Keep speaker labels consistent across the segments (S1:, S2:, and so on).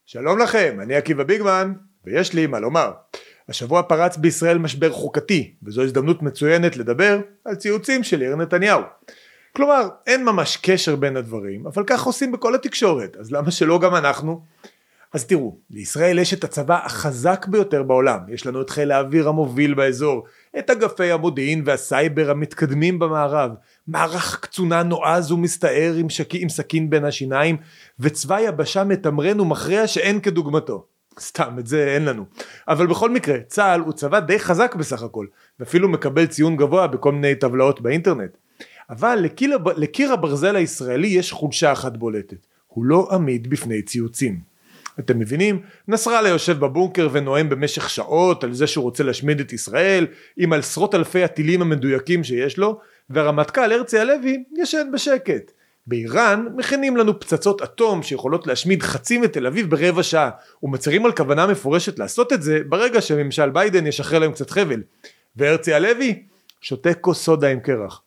S1: שלום לכם, אני עקיבא ביגמן, ויש לי מה לומר. השבוע פרץ בישראל משבר חוקתי, וזו הזדמנות מצוינת לדבר על ציוצים של יאיר נתניהו. כלומר, אין ממש קשר בין הדברים, אבל כך עושים בכל התקשורת, אז למה שלא גם אנחנו? אז תראו, לישראל יש את הצבא החזק ביותר בעולם, יש לנו את חיל האוויר המוביל באזור, את אגפי המודיעין והסייבר המתקדמים במערב, מערך קצונה נועז ומסתער עם סכין בין השיניים, וצבא יבשה מתמרן ומכריע שאין כדוגמתו. סתם, את זה אין לנו. אבל בכל מקרה, צה"ל הוא צבא די חזק בסך הכל, ואפילו מקבל ציון גבוה בכל מיני טבלאות באינטרנט. אבל לקיר הברזל הישראלי יש חולשה אחת בולטת, הוא לא עמיד בפני ציוצים. אתם מבינים? נסראללה יושב בבונקר ונואם במשך שעות על זה שהוא רוצה להשמיד את ישראל, עם עשרות אלפי הטילים המדויקים שיש לו, והרמטכ"ל הרצי הלוי ישן בשקט. באיראן מכינים לנו פצצות אטום שיכולות להשמיד חצי מתל אביב ברבע שעה, ומצהירים על כוונה מפורשת לעשות את זה ברגע שממשל ביידן ישחרר להם קצת חבל. והרצי הלוי שותה כוס סודה עם קרח.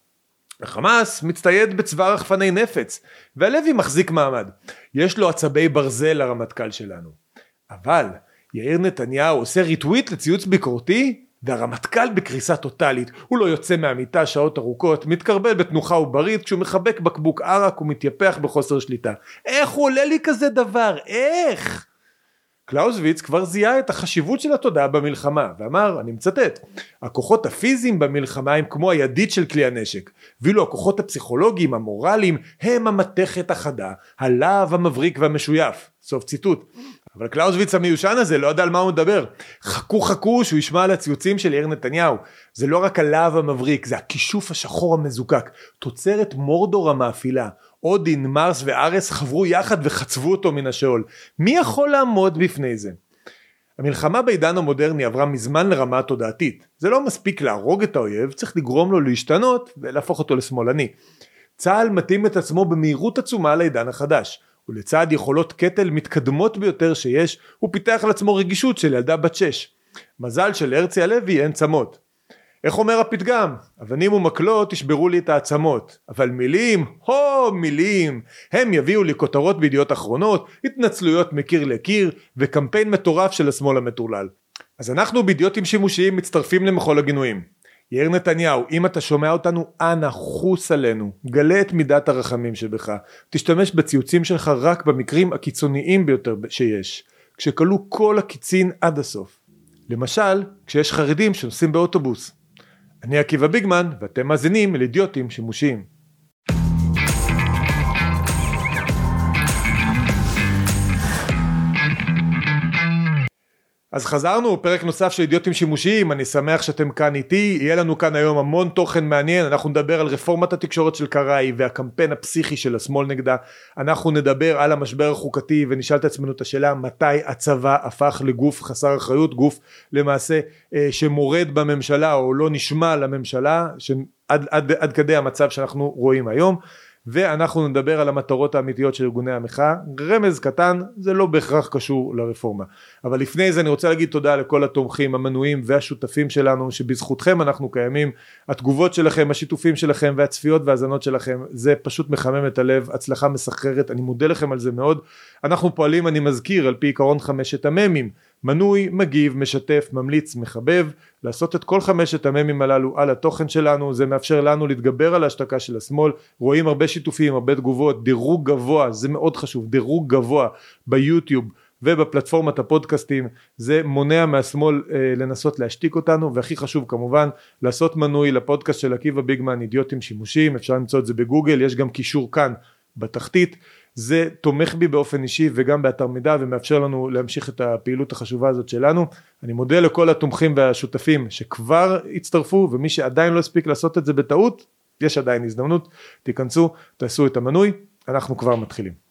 S1: החמאס מצטייד בצבא רחפני נפץ, והלוי מחזיק מעמד. יש לו עצבי ברזל לרמטכ"ל שלנו. אבל יאיר נתניהו עושה ריטוויט לציוץ ביקורתי, והרמטכ"ל בקריסה טוטלית. הוא לא יוצא מהמיטה שעות ארוכות, מתקרבל בתנוחה וברית, כשהוא מחבק בקבוק ערק ומתייפח בחוסר שליטה. איך הוא עולה לי כזה דבר? איך? קלאוזוויץ כבר זיהה את החשיבות של התודעה במלחמה, ואמר, אני מצטט, הכוחות הפיזיים במלחמה הם כמו הידית של כלי הנשק, ואילו הכוחות הפסיכולוגיים, המורליים, הם המתכת החדה, הלהב המבריק והמשויף. סוף ציטוט. אבל קלאוזוויץ המיושן הזה לא יודע על מה הוא מדבר. חכו שהוא ישמע על הציוצים של יאיר נתניהו. זה לא רק הלהב המבריק, זה הכישוף השחור המזוקק, תוצרת מורדור המאפילה. אודין, מרס וארס חברו יחד וחצבו אותו מן השאול. מי יכול לעמוד בפני זה? המלחמה בעידן המודרני עברה מזמן לרמה תודעתית. זה לא מספיק להרוג את האויב, צריך לגרום לו להשתנות ולהפוך אותו לשמאלני. צה"ל מתאים את עצמו במהירות עצומה לעידן החדש. ולצד יכולות קטל מתקדמות ביותר שיש, הוא פיתח לעצמו רגישות של ילדה בת 6. מזל של הרצי הלוי אין צמות. איך אומר הפתגם? אבנים ומקלות תשברו לי את העצמות, אבל מילים, מילים, הם יביאו לי כותרות בידיעות אחרונות, התנצלויות מקיר לקיר, וקמפיין מטורף של השמאל המטורלל. אז אנחנו בידיוטים שימושיים מצטרפים למחול הגינויים. יאיר נתניהו, אם אתה שומע אותנו, אנא חוס עלינו, גלה את מידת הרחמים שבך, תשתמש בציוצים שלך רק במקרים הקיצוניים ביותר שיש, כשקלו כל הקיצין עד הסוף. למשל, כשיש חרדים שנוסעים באוטובוס. אני עקיבא ביגמן, ואתם מאזינים לאידיוטים שימושיים. אז חזרנו, פרק נוסף של אידיוטים שימושיים, אני שמח שאתם כאן איתי, יהיה לנו כאן היום המון תוכן מעניין, אנחנו נדבר על רפורמת התקשורת של קראי והקמפיין הפסיכי של השמאל נגדה, אנחנו נדבר על המשבר החוקתי ונשאל את עצמנו את השאלה מתי הצבא הפך לגוף חסר אחריות, גוף למעשה שמורד בממשלה או לא נשמע לממשלה, עד כדי המצב שאנחנו רואים היום, ואנחנו נדבר על המטרות האמיתיות של ארגוני המחאה. רמז קטן, זה לא בהכרח קשור לרפורמה. אבל לפני זה אני רוצה להגיד תודה לכל התומכים, המנויים והשותפים שלנו, שבזכותכם אנחנו קיימים, התגובות שלכם, השיתופים שלכם והצפיות והזנות שלכם, זה פשוט מחמם את הלב, הצלחה מסחררת, אני מודה לכם על זה מאוד. אנחנו פועלים, אני מזכיר, על פי עיקרון 5 המ"מים, מנוי, מגיב, משתף, ממליץ, מחבב, לעשות את כל 5 המ"מים הללו על התוכן שלנו, זה מאפשר לנו להתגבר על ההשתקה של השמאל, רואים הרבה שיתופים, הרבה תגובות, דירוג גבוה, זה מאוד חשוב, דירוג גבוה ביוטיוב ובפלטפורמת הפודקאסטים, זה מונע מהשמאל לנסות להשתיק אותנו, והכי חשוב כמובן, לעשות מנוי לפודקאסט של עקיבא ביגמן, אידיוטים שימושיים, אפשר למצוא את זה בגוגל, יש גם קישור כאן בתחתית, זה תומך בי באופן אישי וגם באתר מידע ומאפשר לנו להמשיך את הפעילות החשובה הזאת שלנו. אני מודה לכל התומכים והשותפים שכבר הצטרפו, ומי שעדיין לא הספיק לעשות את זה בטעות, יש עדיין הזדמנות, תיכנסו, תעשו את המנוי, אנחנו כבר מתחילים.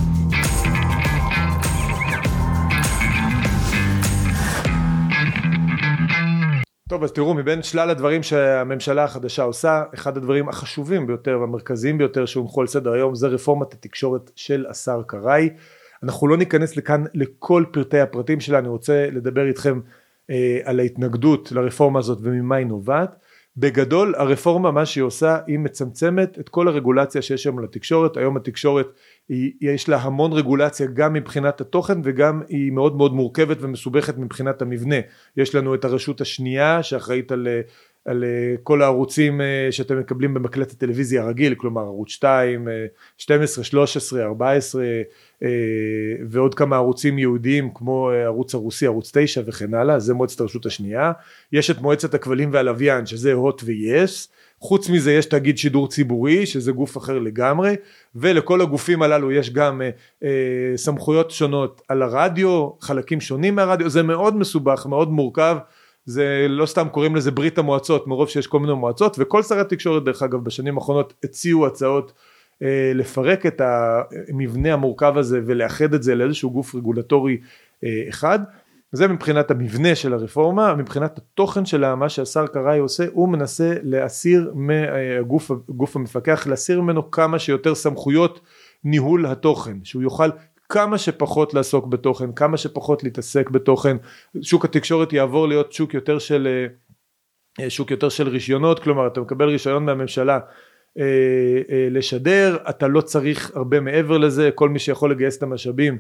S1: טוב, אז תראו, מבין שלל הדברים שהממשלה החדשה עושה, אחד הדברים החשובים ביותר והמרכזיים ביותר שהונחו על סדר היום, זה רפורמת התקשורת של השר קראי. אנחנו לא ניכנס לכאן לכל פרטי הפרטים שלה, אני רוצה לדבר איתכם על ההתנגדות לרפורמה הזאת וממה היא נובעת, בגדול הרפורמה מה שהיא עושה היא מצמצמת את כל הרגולציה שיש היום לתקשורת. היום התקשורת יש לה המון רגולציה גם מבחינת התוכן וגם היא מאוד מאוד מורכבת ומסובכת מבחינת המבנה. יש לנו את הרשות השנייה שאחראית על כל הערוצים שאתם מקבלים במקלט הטלוויזיה הרגיל, כלומר ערוץ 2, 12, 13, 14 ועוד כמה ערוצים יהודיים כמו ערוץ הרוסי, ערוץ 9 וכן הלאה, זה מועצת הרשות השנייה. יש את מועצת הכבלים והלוויין שזה הוט ויס, חוץ מזה יש תאגיד שידור ציבורי שזה גוף אחר לגמרי, ולכל הגופים הללו יש גם סמכויות שונות על הרדיו, חלקים שונים מהרדיו, זה מאוד מסובך, מאוד מורכב, זה לא סתם קוראים לזה ברית המועצות, מרוב שיש כל מיני מועצות, וכל שרי התקשורת דרך אגב בשנים האחרונות הציעו הצעות לפרק את המבנה המורכב הזה ולאחד את זה לאיזשהו גוף רגולטורי אחד. זה מבחינת המבנה של הרפורמה. מבחינת התוכן שלה, מה שהשר קראי עושה, הוא מנסה להסיר מהגוף המפקח, להסיר ממנו כמה שיותר סמכויות ניהול התוכן, שהוא יוכל כמה שפחות לעסוק בתוכן, כמה שפחות להתעסק בתוכן. שוק התקשורת יעבור להיות שוק יותר של רישיונות, כלומר אתה מקבל רישיון מהממשלה לשדר, אתה לא צריך הרבה מעבר לזה, כל מי שיכול לגייס את המשאבים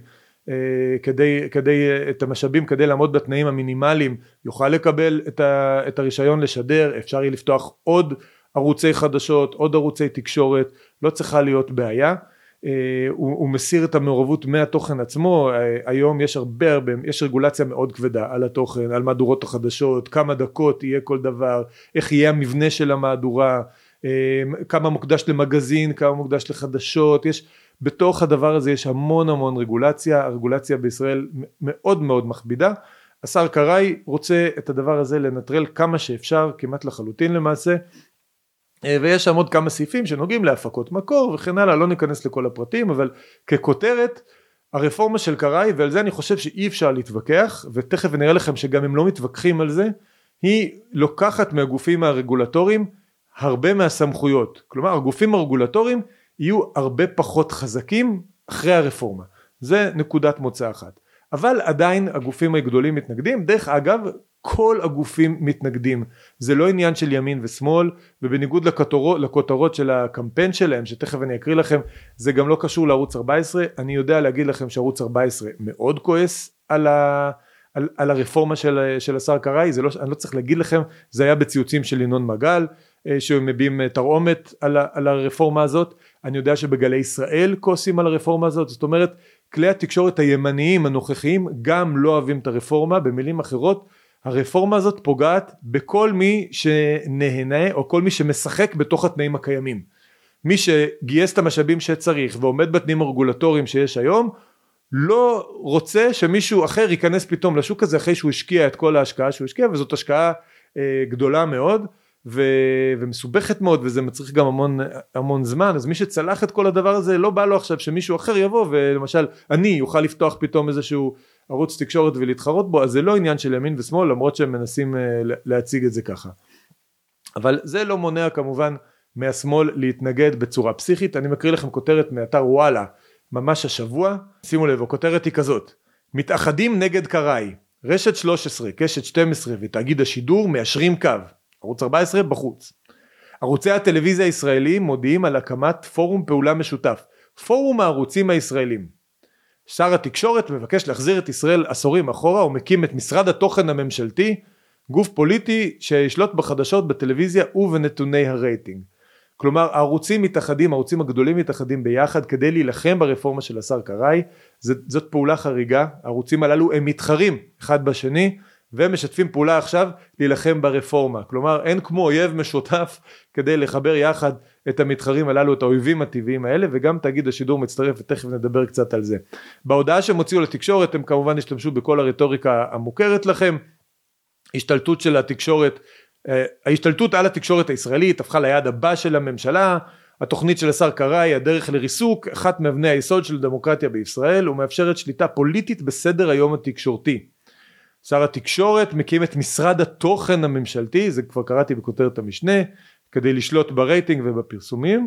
S1: כדי לעמוד בתנאים המינימליים יוכל לקבל את הרישיון לשדר. אפשר יהיה לפתוח עוד ערוצי חדשות, עוד ערוצי תקשורת, לא צריכה להיות בעיה. הוא מסיר את המעורבות מהתוכן עצמו. היום יש רגולציה מאוד כבדה על התוכן, על מהדורות החדשות, כמה דקות יהיה כל דבר, איך יהיה המבנה של המהדורה, כמה מוקדש למגזין, כמה מוקדש לחדשות. יש בתוך הדבר הזה יש המון רגולציה. הרגולציה בישראל מאוד מאוד מכבידה. השר קראי רוצה את הדבר הזה לנטרל כמה שאפשר, כמעט לחלוטין למעשה, ויש שם עוד כמה סעיפים שנוגעים להפקות מקור וכן הלאה, לא ניכנס לכל הפרטים, אבל ככותרת הרפורמה של קראי, ועל זה אני חושב שאי אפשר להתווכח, ותכף נראה לכם שגם הם לא מתווכחים על זה, היא לוקחת מהגופים הרגולטוריים הרבה מהסמכויות. כלומר הגופים הרגולטוריים יהיו הרבה פחות חזקים אחרי הרפורמה. זה נקודת מוצא אחת. אבל עדיין הגופים הגדולים מתנגדים. דרך אגב, כל הגופים מתנגדים. זה לא עניין של ימין ושמאל, ובניגוד לכותרות של הקמפיין שלהם, שתכף אני אקריא לכם, זה גם לא קשור לערוץ 14. אני יודע להגיד לכם שערוץ 14 מאוד כועס על הרפורמה של השר קראי. אני לא צריך להגיד לכם, זה היה בציוצים של ינון מגל, שמביעים תרעומת על הרפורמה הזאת. אני יודע שבגלי ישראל כועסים על הרפורמה הזאת. זאת אומרת, כלי התקשורת הימניים הנוכחיים גם לא אוהבים את הרפורמה. במילים אחרות, הרפורמה הזאת פוגעת בכל מי שנהנה או כל מי שמשחק בתוך התנאים הקיימים. מי שגייס את המשאבים שצריך ועומד בתנאים הרגולטוריים שיש היום, לא רוצה שמישהו אחר ייכנס פתאום לשוק הזה אחרי שהוא השקיע את כל ההשקעה שהוא השקיע, וזאת השקעה גדולה מאוד ומסובכת מאוד, וזה מצריך גם המון זמן. אז מי שצלח את כל הדבר הזה לא בא לו עכשיו שמישהו אחר יבוא ולמשל אני יוכל לפתוח פתאום איזשהו ערוץ תקשורת ולהתחרות בו. אז זה לא עניין של ימין ושמאל, למרות שהם מנסים להציג את זה ככה. אבל זה לא מונע כמובן מהשמאל להתנגד בצורה פסיכית. אני מקריא לכם כותרת מאתר וואלה ממש השבוע. שימו לב, הכותרת היא כזאת: מתאחדים נגד קראי, רשת 13, קשת 12 ותאגיד השידור מאשרים קו. ערוץ 14 בחוץ. ערוצי הטלוויזיה הישראליים מודיעים על הקמת פורום פעולה משותף, פורום הערוצים הישראלים. שר התקשורת מבקש להחזיר את ישראל עשורים אחורה ומקים את משרד התוכן הממשלתי, גוף פוליטי שישלוט בחדשות, בטלוויזיה ובנתוני הרייטינג. כלומר הערוצים מתאחדים, הערוצים הגדולים מתאחדים ביחד כדי להילחם ברפורמה של השר קראי. זאת פעולה חריגה. הערוצים הללו הם מתחרים אחד בשני והם משתפים פעולה עכשיו להילחם ברפורמה. כלומר אין כמו אויב משותף כדי לחבר יחד את המתחרים הללו, את האויבים הטבעיים האלה, וגם תאגיד השידור מצטרף ותכף נדבר קצת על זה. בהודעה שהם הוציאו לתקשורת הם כמובן השתמשו בכל הרטוריקה המוכרת לכם. השתלטות של התקשורת, ההשתלטות על התקשורת הישראלית הפכה ליעד הבא של הממשלה. התוכנית של השר קראי, הדרך לריסוק, אחת מאבני היסוד של דמוקרטיה בישראל, ומאפשרת שליטה פוליטית בסדר היום התקשורתי. שר התקשורת מקים את משרד התוכן הממשלתי, זה כבר קראתי בכותרת המשנה, כדי לשלוט ברייטינג ובפרסומים.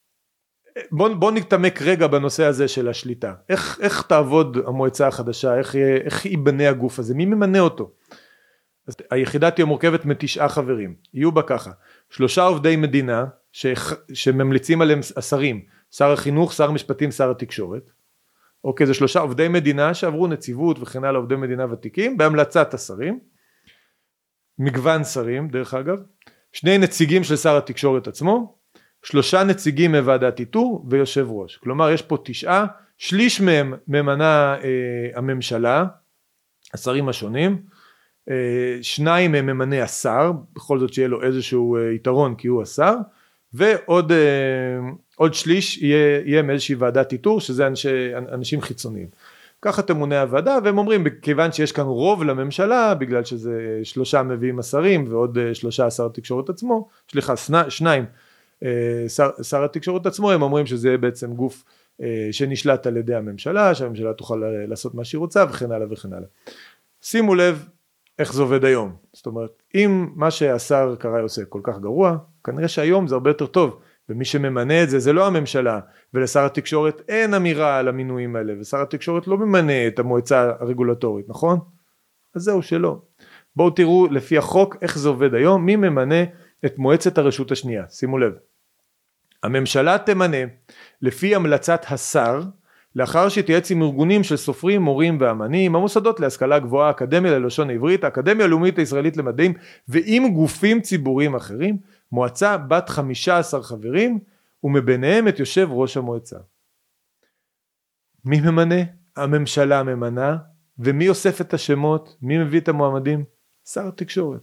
S1: בוא נתעמק רגע בנושא הזה של השליטה. איך תעבוד המועצה החדשה, איך ייבנה הגוף הזה, מי ממנה אותו? אז היחידה תהיה מורכבת מ9 חברים, יהיו בה ככה, 3 עובדי מדינה שממליצים עליהם השרים, שר החינוך, שר המשפטים, שר התקשורת, אוקיי, זה 3 עובדי מדינה שעברו נציבות וכן הלאה, עובדי מדינה ותיקים, בהמלצת השרים, מגוון שרים דרך אגב, 2 נציגים של שר התקשורת עצמו, 3 נציגים מוועדת איתור ויושב ראש, כלומר יש פה 9, שליש מהם ממנה הממשלה, השרים השונים, 2 מהם ממנה השר, בכל זאת שיהיה לו איזשהו יתרון כי הוא השר, ועוד שליש יהיה מאיזושהי ועדת איתור, שזה אנשים חיצוניים. ככה תמונה הוועדה, והם אומרים, כיוון שיש כאן רוב לממשלה, בגלל שזה 3 מביאים השרים, ועוד 3 שר התקשורת עצמו, 2 שר התקשורת עצמו, הם אומרים שזה בעצם גוף שנשלט על ידי הממשלה, שהממשלה תוכל לעשות מה שהיא רוצה, וכן הלאה וכן הלאה. שימו לב איך זה עובד היום, זאת אומרת, אם מה שהשר קראי עושה כל כך גרוע, כנראה שהיום זה הרבה יותר טוב, ומי שממנה את זה, זה לא הממשלה, ולשר התקשורת אין אמירה על המינויים האלה, ושר התקשורת לא ממנה את המועצה הרגולטורית, נכון? אז זהו שלא. בואו תראו לפי החוק איך זה עובד היום, מי ממנה את מועצת הרשות השנייה, שימו לב. הממשלה תמנה לפי המלצת השר, לאחר שתייעץ עם ארגונים של סופרים, מורים ואמנים, המוסדות להשכלה גבוהה, האקדמיה ללשון העברית, האקדמיה הלאומית הישראלית למדעים, ועם גופים ציבוריים אחרים, מועצה בת 15 חברים, ומביניהם את יושב ראש המועצה. מי ממנה? הממשלה ממנה, ומי אוסף את השמות? מי מביא את המועמדים? שר התקשורת.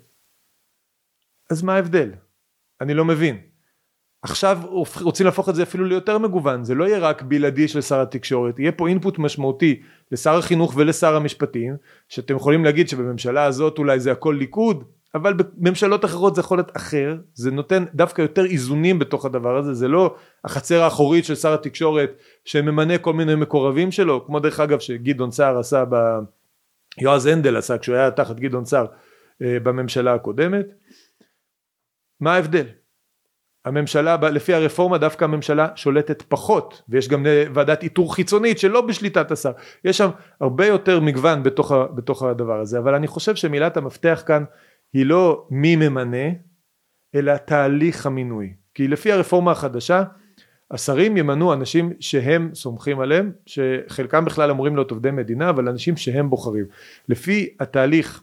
S1: אז מה ההבדל? אני לא מבין. עכשיו רוצים להפוך את זה אפילו ליותר מגוון, זה לא יהיה רק בלעדי של שר התקשורת, יהיה פה אינפוט משמעותי לשר החינוך ולשר המשפטים, שאתם יכולים להגיד שבממשלה הזאת אולי זה הכל ליכוד, אבל בממשלות אחרות זה יכול להיות אחר, זה נותן דווקא יותר איזונים בתוך הדבר הזה, זה לא החצר האחורית של שר התקשורת שממנה כל מיני מקורבים שלו, כמו דרך אגב שגדעון סער עשה, יועז הנדל עשה כשהוא היה תחת גדעון סער בממשלה הקודמת. מה ההבדל? הממשלה, לפי הרפורמה דווקא הממשלה שולטת פחות, ויש גם ועדת איתור חיצונית שלא בשליטת השר, יש שם הרבה יותר מגוון בתוך הדבר הזה, אבל אני חושב שמילת המפתח כאן היא לא מי ממנה, אלא תהליך המינוי, כי לפי הרפורמה החדשה, השרים ימנו אנשים שהם סומכים עליהם, שחלקם בכלל אמורים להיות עובדי מדינה, אבל אנשים שהם בוחרים, לפי התהליך,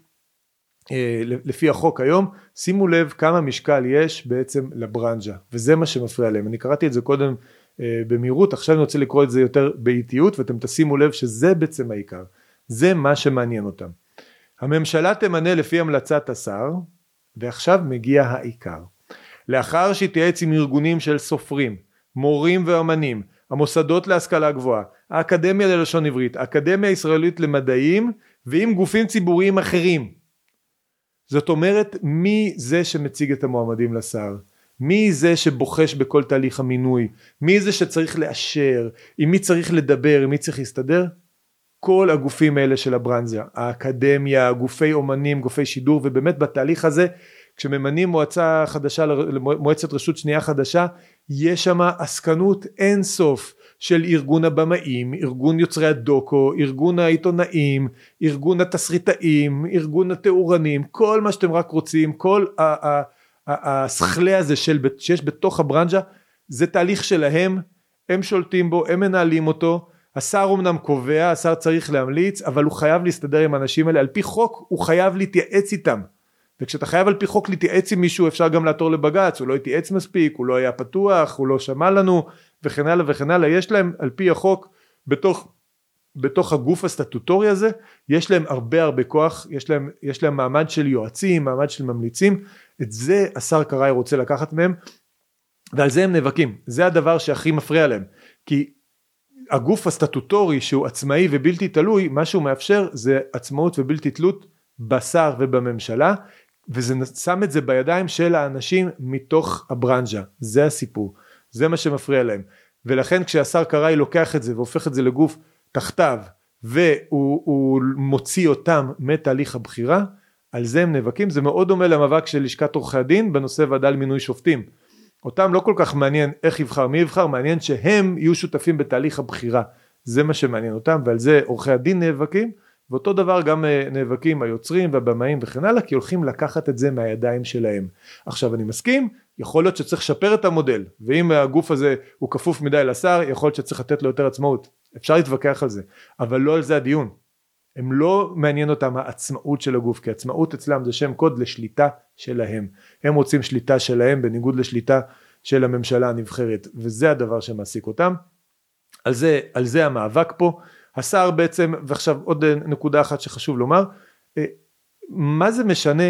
S1: לפי החוק היום, שימו לב כמה משקל יש בעצם לברנז'ה, וזה מה שמפריע להם. אני קראתי את זה קודם במהירות, עכשיו אני רוצה לקרוא את זה יותר באיטיות, ואתם תשימו לב שזה בעצם העיקר, זה מה שמעניין אותם. הממשלה תמנה לפי המלצת השר, ועכשיו מגיע העיקר. לאחר שתייעץ עם ארגונים של סופרים, מורים ואמנים, המוסדות להשכלה גבוהה, האקדמיה ללשון עברית, האקדמיה הישראלית למדעים, ועם גופים ציבוריים אחרים. זאת אומרת, מי זה שמציג את המועמדים לשר? מי זה שבוחש בכל תהליך המינוי? מי זה שצריך לאשר? עם מי צריך לדבר? עם מי צריך להסתדר? כל הגופים האלה של הברנז'ה, האקדמיה, גופי אומנים, גופי שידור, ובאמת בתהליך הזה, כשממנים מועצה חדשה, מועצת רשות שנייה חדשה, יש שם עסקנות אינסוף של ארגון הבמאים, ארגון יוצרי הדוקו, ארגון העיתונאים, ארגון התסריטאים, ארגון התאורנים, כל מה שאתם רק רוצים, כל השכלי הזה שיש בתוך הברנז'ה, זה תהליך שלהם, הם שולטים בו, הם מנהלים אותו, השר אומנם קובע, השר צריך להמליץ, אבל הוא חייב להסתדר עם האנשים האלה, על פי חוק הוא חייב להתייעץ איתם, וכשאתה חייב על פי חוק להתייעץ עם מישהו, אפשר גם לעתור לבג"ץ, הוא לא התייעץ מספיק, הוא לא היה פתוח, הוא לא שמע לנו, וכן הלאה וכן הלאה, יש להם על פי החוק, בתוך הגוף הסטטוטורי הזה, יש להם הרבה כוח, יש להם מעמד של יועצים, מעמד של ממליצים, את זה השר קראי רוצה לקחת מהם, ועל זה הם נאבקים, זה הדבר שהכי מפריע להם, כי הגוף הסטטוטורי שהוא עצמאי ובלתי תלוי, מה שהוא מאפשר זה עצמאות ובלתי תלות בשר ובממשלה, וזה שם את זה בידיים של האנשים מתוך הברנז'ה, זה הסיפור, זה מה שמפריע להם, ולכן כשהשר קראי לוקח את זה והופך את זה לגוף תחתיו, והוא מוציא אותם מתהליך הבחירה, על זה הם נאבקים, זה מאוד דומה למאבק של לשכת עורכי הדין בנושא ועדה למינוי שופטים, אותם לא כל כך מעניין איך יבחר, מי יבחר, מעניין שהם יהיו שותפים בתהליך הבחירה, זה מה שמעניין אותם, ועל זה עורכי הדין נאבקים, ואותו דבר גם נאבקים היוצרים והבמאים וכן הלאה, כי הולכים לקחת את זה מהידיים שלהם. עכשיו אני מסכים, יכול להיות שצריך לשפר את המודל, ואם הגוף הזה הוא כפוף מדי לשר, יכול להיות שצריך לתת לו יותר עצמאות, אפשר להתווכח על זה, אבל לא על זה הדיון. הם לא מעניין אותם העצמאות של הגוף, כי עצמאות אצלם זה שם קוד לשליטה שלהם. הם רוצים שליטה שלהם בניגוד לשליטה של הממשלה הנבחרת, וזה הדבר שמעסיק אותם. על זה המאבק פה. השר בעצם, ועכשיו עוד נקודה אחת שחשוב לומר, מה זה משנה,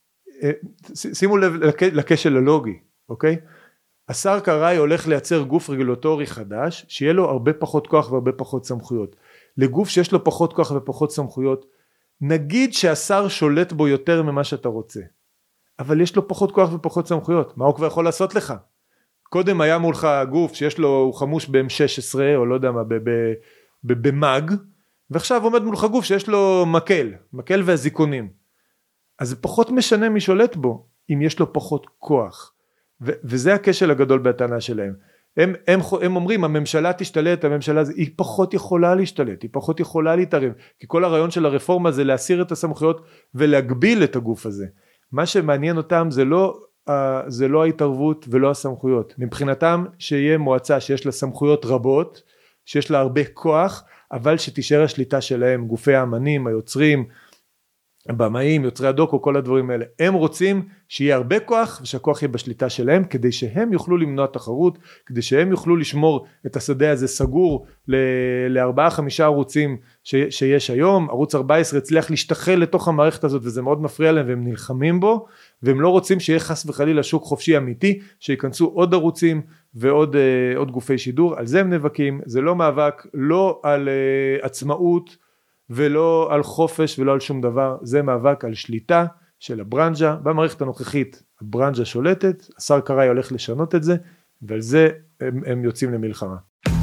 S1: שימו לב לכשל הלוגי, אוקיי? השר קראי הולך לייצר גוף רגולטורי חדש, שיהיה לו הרבה פחות כוח והרבה פחות סמכויות. לגוף שיש לו פחות כוח ופחות סמכויות, נגיד שהשר שולט בו יותר ממה שאתה רוצה, אבל יש לו פחות כוח ופחות סמכויות, מה הוא כבר יכול לעשות לך? קודם היה מולך גוף שיש לו, הוא חמוש ב-M16 או לא יודע מה, במאג, ועכשיו עומד מולך גוף שיש לו מקל והזיקונים, אז זה פחות משנה מי שולט בו, אם יש לו פחות כוח, וזה הכשל הגדול בטענה שלהם. הם אומרים, הממשלה תשתלט, הממשלה היא פחות יכולה להשתלט, היא פחות יכולה להתערב, כי כל הרעיון של הרפורמה זה להסיר את הסמכויות ולהגביל את הגוף הזה. מה שמעניין אותם זה לא ההתערבות ולא הסמכויות. מבחינתם שיהיה מועצה שיש לה סמכויות רבות, שיש לה הרבה כוח, אבל שתישאר השליטה שלהם, גופי האמנים, היוצרים, הבמאים, יוצרי הדוקו, כל הדברים האלה. הם רוצים שיהיה הרבה כוח, ושהכוח יהיה בשליטה שלהם, כדי שהם יוכלו למנוע תחרות, כדי שהם יוכלו לשמור את השדה הזה סגור ל4-5 ערוצים שיש היום. ערוץ 14 הצליח להשתחל לתוך המערכת הזאת, וזה מאוד מפריע להם, והם נלחמים בו, והם לא רוצים שיהיה חס וחלילה שוק חופשי אמיתי, שיכנסו עוד ערוצים ועוד גופי שידור. על זה הם נאבקים. זה לא מאבק, לא על עצמאות, ולא על חופש ולא על שום דבר, זה מאבק על שליטה של הברנז'ה, במערכת הנוכחית הברנז'ה שולטת, השר קראי הולך לשנות את זה, ועל זה הם יוצאים למלחמה.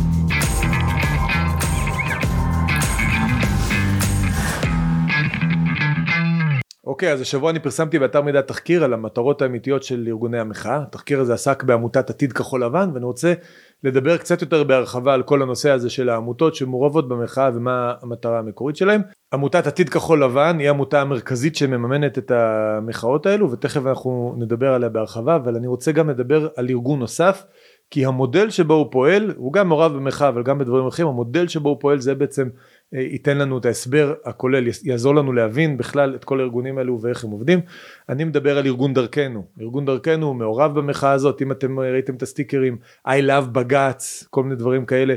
S1: אוקיי, אז השבוע אני פרסמתי באתר מידע תחקיר על המטרות האמיתיות של ארגוני המחאה. התחקיר הזה עסק בעמותת עתיד כחול לבן, ואני רוצה לדבר קצת יותר בהרחבה על כל הנושא הזה של העמותות שמעורבות במחאה ומה המטרה המקורית שלהם. עמותת עתיד כחול לבן היא העמותה המרכזית שמממנת את המחאות האלו, ותכף אנחנו נדבר עליה בהרחבה, אבל אני רוצה גם לדבר על ארגון נוסף, כי המודל שבו הוא פועל, הוא גם מעורב במחאה, אבל גם בדברים אחרים, המודל שבו הוא פועל זה בעצם ייתן לנו את ההסבר הכולל, יעזור לנו להבין בכלל את כל הארגונים האלו ואיך הם עובדים. אני מדבר על ארגון דרכנו. ארגון דרכנו הוא מעורב במחאה הזאת, אם אתם ראיתם את הסטיקרים, I love בגץ, כל מיני דברים כאלה,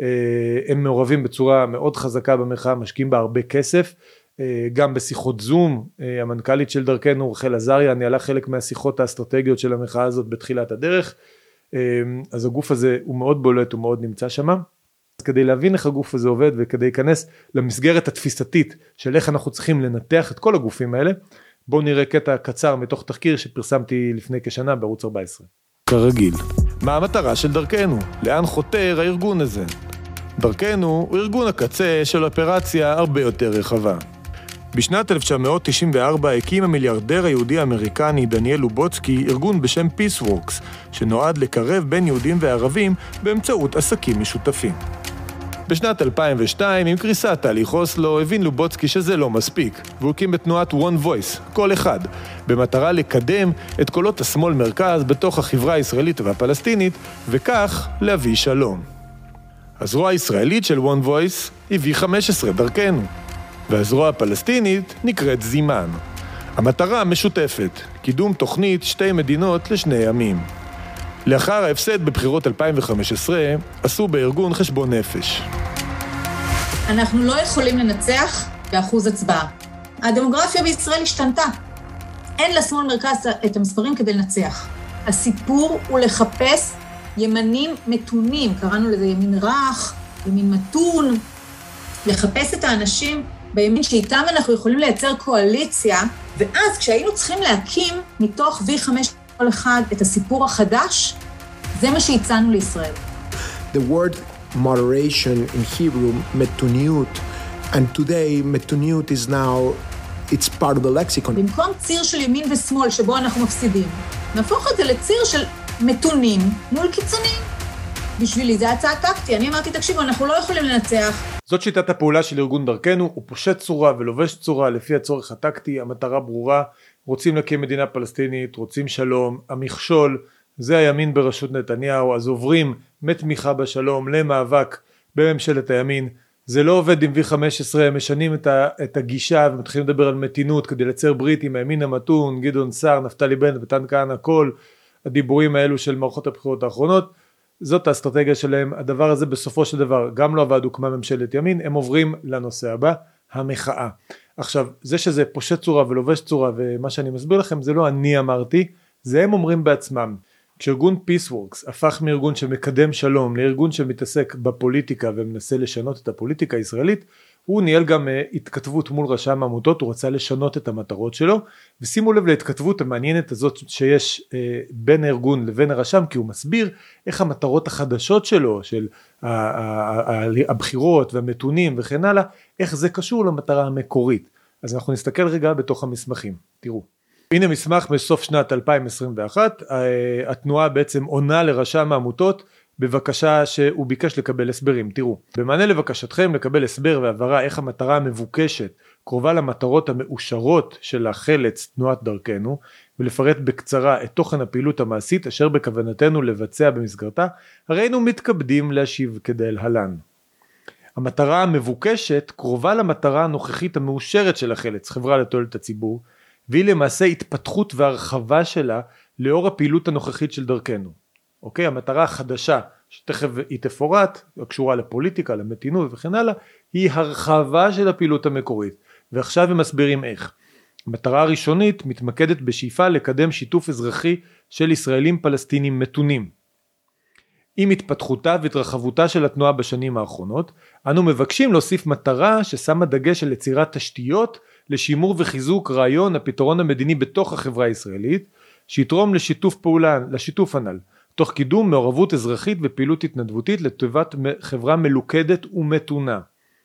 S1: הם מעורבים בצורה מאוד חזקה במחאה, משקיעים בה הרבה כסף, גם בשיחות זום, המנכ"לית של דרכנו, רחל עזריה, ניהלה חלק מהשיחות האסטרטגיות של המחאה הזאת בתחילת הדרך, אז הגוף הזה הוא מאוד בולט, הוא מאוד נמצא שם. אז כדי להבין איך הגוף הזה עובד וכדי להיכנס למסגרת התפיסתית של איך אנחנו צריכים לנתח את כל הגופים האלה, בואו נראה קטע קצר מתוך תחקיר שפרסמתי לפני כשנה בערוץ 14. כרגיל, מה המטרה של דרכנו? לאן חותר הארגון הזה? דרכנו הוא ארגון הקצה של אופרציה הרבה יותר רחבה. בשנת 1994 הקים המיליארדר היהודי האמריקני דניאל לובוצקי ארגון בשם PeaceWorks, שנועד לקרב בין יהודים וערבים באמצעות עסקים משותפים. בשנת 2002, עם קריסת תהליך אוסלו, הבין לובוצקי שזה לא מספיק, והוא הקים בתנועת One Voice, קול אחד, במטרה לקדם את קולות השמאל מרכז בתוך החברה הישראלית והפלסטינית, וכך להביא שלום. הזרוע הישראלית של One Voice היא V15 דרכנו, והזרוע הפלסטינית נקראת זימן. המטרה משותפת, קידום תוכנית שתי מדינות לשני עמים. לאחר ההפסד בבחירות 2015, עשו בארגון חשבון נפש.
S2: אנחנו לא יכולים לנצח באחוז הצבעה. הדמוגרפיה בישראל השתנתה. אין לשמאל מרכז את המספרים כדי לנצח. הסיפור הוא לחפש ימנים מתונים, קראנו לזה ימין רך, ימין מתון, לחפש את האנשים בימין שאיתם אנחנו יכולים לייצר קואליציה, ואז כשהיינו צריכים להקים מתוך V5 כל אחד את הסיפור החדש, זה מה שהצענו לישראל.
S3: The word moderation in Hebrew, מתוניות, and today מתוניות is now, it's part of the lexicon.
S2: במקום ציר של ימין ושמאל שבו אנחנו מפסידים, נהפוך את זה לציר של מתונים מול קיצוניים. בשבילי זה הצעה טקטי, אני אמרתי תקשיבו, אנחנו לא יכולים לנצח.
S1: זאת שיטת הפעולה של ארגון דרכנו, הוא פושט צורה ולובש צורה לפי הצורך הטקטי, המטרה ברורה, רוצים להקים מדינה פלסטינית, רוצים שלום, המכשול, זה הימין בראשות נתניהו, אז עוברים מתמיכה בשלום למאבק בממשלת הימין, זה לא עובד עם V15, משנים את הגישה ומתחילים לדבר על מתינות כדי לייצר ברית עם הימין המתון, גדעון סער, נפתלי בנט, מתן כהנא, כל הדיבורים האלו של מערכות הבחירות האחרונות, זאת האסטרטגיה שלהם, הדבר הזה בסופו של דבר גם לא עבד, הוקמה ממשלת ימין, הם עוברים לנושא הבא, המחאה. עכשיו, זה שזה פושט צורה ולובש צורה ומה שאני מסביר לכם זה לא אני אמרתי, זה הם אומרים בעצמם. כשארגון PeaceWorks הפך מארגון שמקדם שלום לארגון שמתעסק בפוליטיקה ומנסה לשנות את הפוליטיקה הישראלית, הוא ניהל גם התכתבות מול רשם העמותות, הוא רצה לשנות את המטרות שלו, ושימו לב להתכתבות המעניינת הזאת שיש בין הארגון לבין הרשם, כי הוא מסביר איך המטרות החדשות שלו, של הבחירות והמתונים וכן הלאה, איך זה קשור למטרה המקורית. אז אנחנו נסתכל רגע בתוך המסמכים, תראו. הנה מסמך מסוף שנת 2021, התנועה בעצם עונה לרשם העמותות, בבקשה שהוא ביקש לקבל הסברים. תראו, במענה לבקשתכם לקבל הסבר והבהרה איך המטרה המבוקשת קרובה למטרות המאושרות של החלץ תנועת דרכנו, ולפרט בקצרה את תוכן הפעילות המעשית אשר בכוונתנו לבצע במסגרתה, הרי היינו מתכבדים להשיב כדלהלן. המטרה המבוקשת קרובה למטרה הנוכחית המאושרת של החלץ, חברה לתועלת הציבור, והיא למעשה התפתחות והרחבה שלה לאור הפעילות הנוכחית של דרכנו. אוקיי, המטרה החדשה שתכף היא תפורט, הקשורה לפוליטיקה, למתינות וכן הלאה, היא הרחבה של הפעילות המקורית. ועכשיו הם מסבירים איך. המטרה הראשונית מתמקדת בשאיפה לקדם שיתוף אזרחי של ישראלים פלסטינים מתונים. עם התפתחותה והתרחבותה של התנועה בשנים האחרונות, אנו מבקשים להוסיף מטרה ששמה דגש על יצירת תשתיות לשימור וחיזוק רעיון הפתרון המדיני בתוך החברה הישראלית, שיתרום לשיתוף פעולה, לשיתוף הנ"ל, תוך קידום מעורבות אזרחית ופעילות התנדבותית לטובת חברה מלוכדת ומתונה.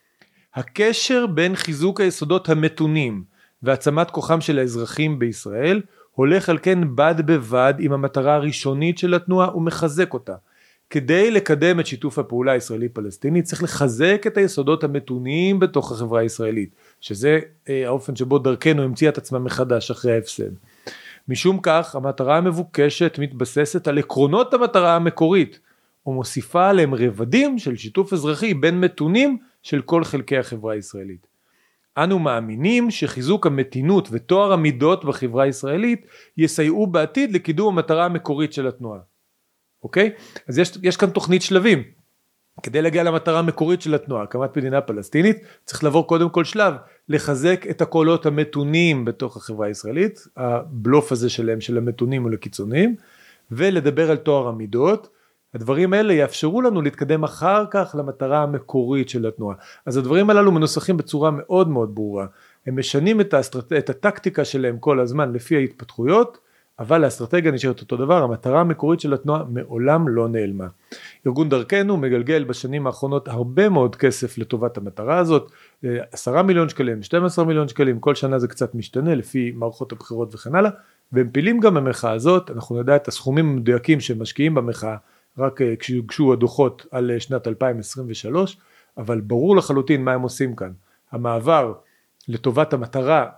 S1: הקשר בין חיזוק היסודות המתונים והעצמת כוחם של האזרחים בישראל, הולך על כן בד בבד עם המטרה הראשונית של התנועה ומחזק אותה. כדי לקדם את שיתוף הפעולה הישראלי-פלסטיני צריך לחזק את היסודות המתונים בתוך החברה הישראלית, שזה האופן שבו דרכנו המציאה את עצמה מחדש אחרי ההפסד. משום כך המטרה המבוקשת מתבססת על עקרונות המטרה המקורית, ומוסיפה עליהם רבדים של שיתוף אזרחי בין מתונים של כל חלקי החברה הישראלית. אנו מאמינים שחיזוק המתינות ותואר המידות בחברה הישראלית יסייעו בעתיד לקידום המטרה המקורית של התנועה. אוקיי? אז יש כאן תוכנית שלבים. כדי להגיע למטרה המקורית של התנועה, הקמת מדינה פלסטינית, צריך לעבור קודם כל שלב, לחזק את הקולות המתונים בתוך החברה הישראלית, הבלוף הזה שלהם של המתונים ולקיצוניים, ולדבר על תואר המידות. הדברים האלה יאפשרו לנו להתקדם אחר כך למטרה המקורית של התנועה. אז הדברים הללו מנוסחים בצורה מאוד מאוד ברורה. הם משנים את הטקטיקה שלהם כל הזמן לפי ההתפתחויות, אבל האסטרטגיה נשארת אותו דבר, המטרה המקורית של התנועה מעולם לא נעלמה. ארגון דרכנו מגלגל בשנים האחרונות הרבה מאוד כסף לטובת המטרה הזאת, 10 מיליון שקלים, 12 מיליון שקלים, כל שנה זה קצת משתנה לפי מערכות הבחירות וכן הלאה, והם פעילים גם במחאה הזאת, אנחנו נדע את הסכומים המדויקים שמשקיעים במחאה, רק כשיוגשו הדוחות על שנת 2023, אבל ברור לחלוטין מה הם עושים כאן. המעבר לטובת המטרה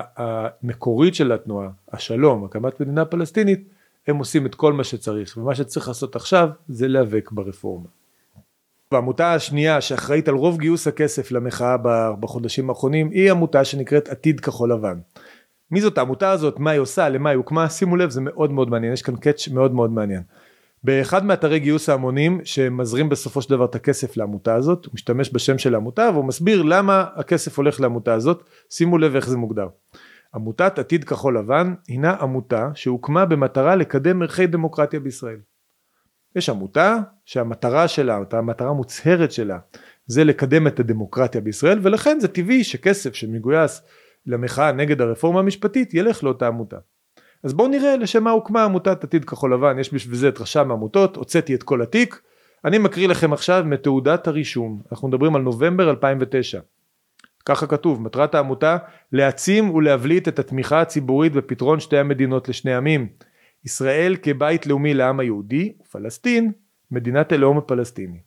S1: המקורית של התנועה, השלום, הקמת מדינה פלסטינית, הם עושים את כל מה שצריך, ומה שצריך לעשות עכשיו זה להיאבק ברפורמה. והעמותה השנייה שאחראית על רוב גיוס הכסף למחאה בחודשים האחרונים, היא עמותה שנקראת עתיד כחול לבן. מי זאת העמותה הזאת, מה היא עושה, למה היא הוקמה, שימו לב, זה מאוד מאוד מעניין, יש כאן קאץ' מאוד מאוד מעניין. באחד מאתרי גיוס ההמונים שמזרים בסופו של דבר את הכסף לעמותה הזאת, הוא משתמש בשם של העמותה והוא מסביר למה הכסף הולך לעמותה הזאת, שימו לב איך זה מוגדר. עמותת עתיד כחול לבן הינה עמותה שהוקמה במטרה לקדם ערכי דמוקרטיה בישראל. יש עמותה שהמטרה שלה, המטרה המוצהרת שלה, זה לקדם את הדמוקרטיה בישראל, ולכן זה טבעי שכסף שמגויס למחאה נגד הרפורמה המשפטית ילך לאותה עמותה. אז בואו נראה לשם מה הוקמה עמותת עתיד כחול לבן, יש בשביל זה את רשם העמותות, הוצאתי את כל התיק, אני מקריא לכם עכשיו מתעודת הרישום, אנחנו מדברים על נובמבר 2009, ככה כתוב, מטרת העמותה, להעצים ולהבליט את התמיכה הציבורית בפתרון שתי המדינות לשני עמים, ישראל כבית לאומי לעם היהודי, ופלסטין, מדינת הלאום הפלסטיני.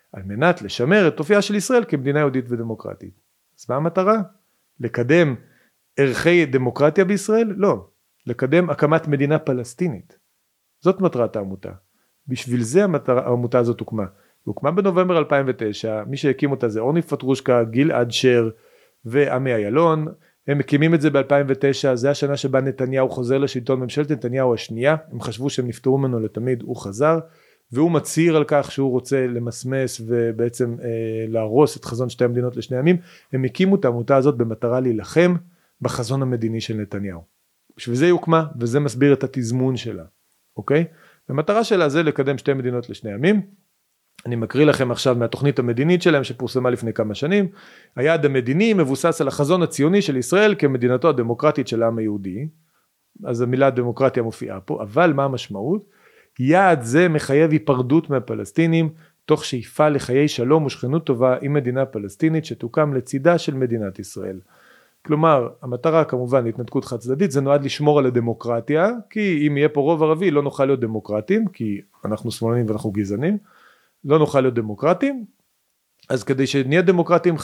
S1: על מנת לשמר את אופייה של ישראל כמדינה יהודית ודמוקרטית. אז מה המטרה? לקדם ערכי דמוקרטיה בישראל? לא. לקדם הקמת מדינה פלסטינית. זאת מטרת העמותה. בשביל זה העמותה הזאת הוקמה. הוקמה בנובמבר 2009, מי שהקים אותה זה אורני פטרושקה, גיל אדשר ועמי איילון. הם מקימים את זה ב-2009, זה השנה שבה נתניהו חוזר לשלטון, ממשלת נתניהו השנייה, הם חשבו שהם נפטרו ממנו לתמיד, הוא חזר, והוא מצהיר על כך שהוא רוצה למסמס ובעצם להרוס את חזון שתי המדינות לשני עמים. הם הקימו את העמותה הזאת במטרה להילחם בחזון המדיני של נתניהו. בשביל זה היא הוקמה, וזה מסביר את התזמון שלה, אוקיי? המטרה שלה זה לקדם שתי מדינות לשני עמים. אני מקריא לכם עכשיו מהתוכנית המדינית שלהם שפורסמה לפני כמה שנים. היעד המדיני מבוסס על החזון הציוני של ישראל כמדינתו הדמוקרטית של העם היהודי. אז המילה דמוקרטיה מופיעה פה, אבל מה המשמעות? יעד זה מחייב היפרדות מהפלסטינים, תוך שאיפה לחיי שלום ושכנות טובה עם מדינה פלסטינית שתוקם לצידה של מדינת ישראל. כלומר, המטרה כמובן להתנתקות חד צדדית, זה נועד לשמור על הדמוקרטיה, כי אם יהיה פה רוב ערבי לא נוכל להיות דמוקרטים, כי אנחנו שמאלנים ואנחנו גזענים, לא נוכל להיות דמוקרטים, אז כדי שנהיה דמוקרטים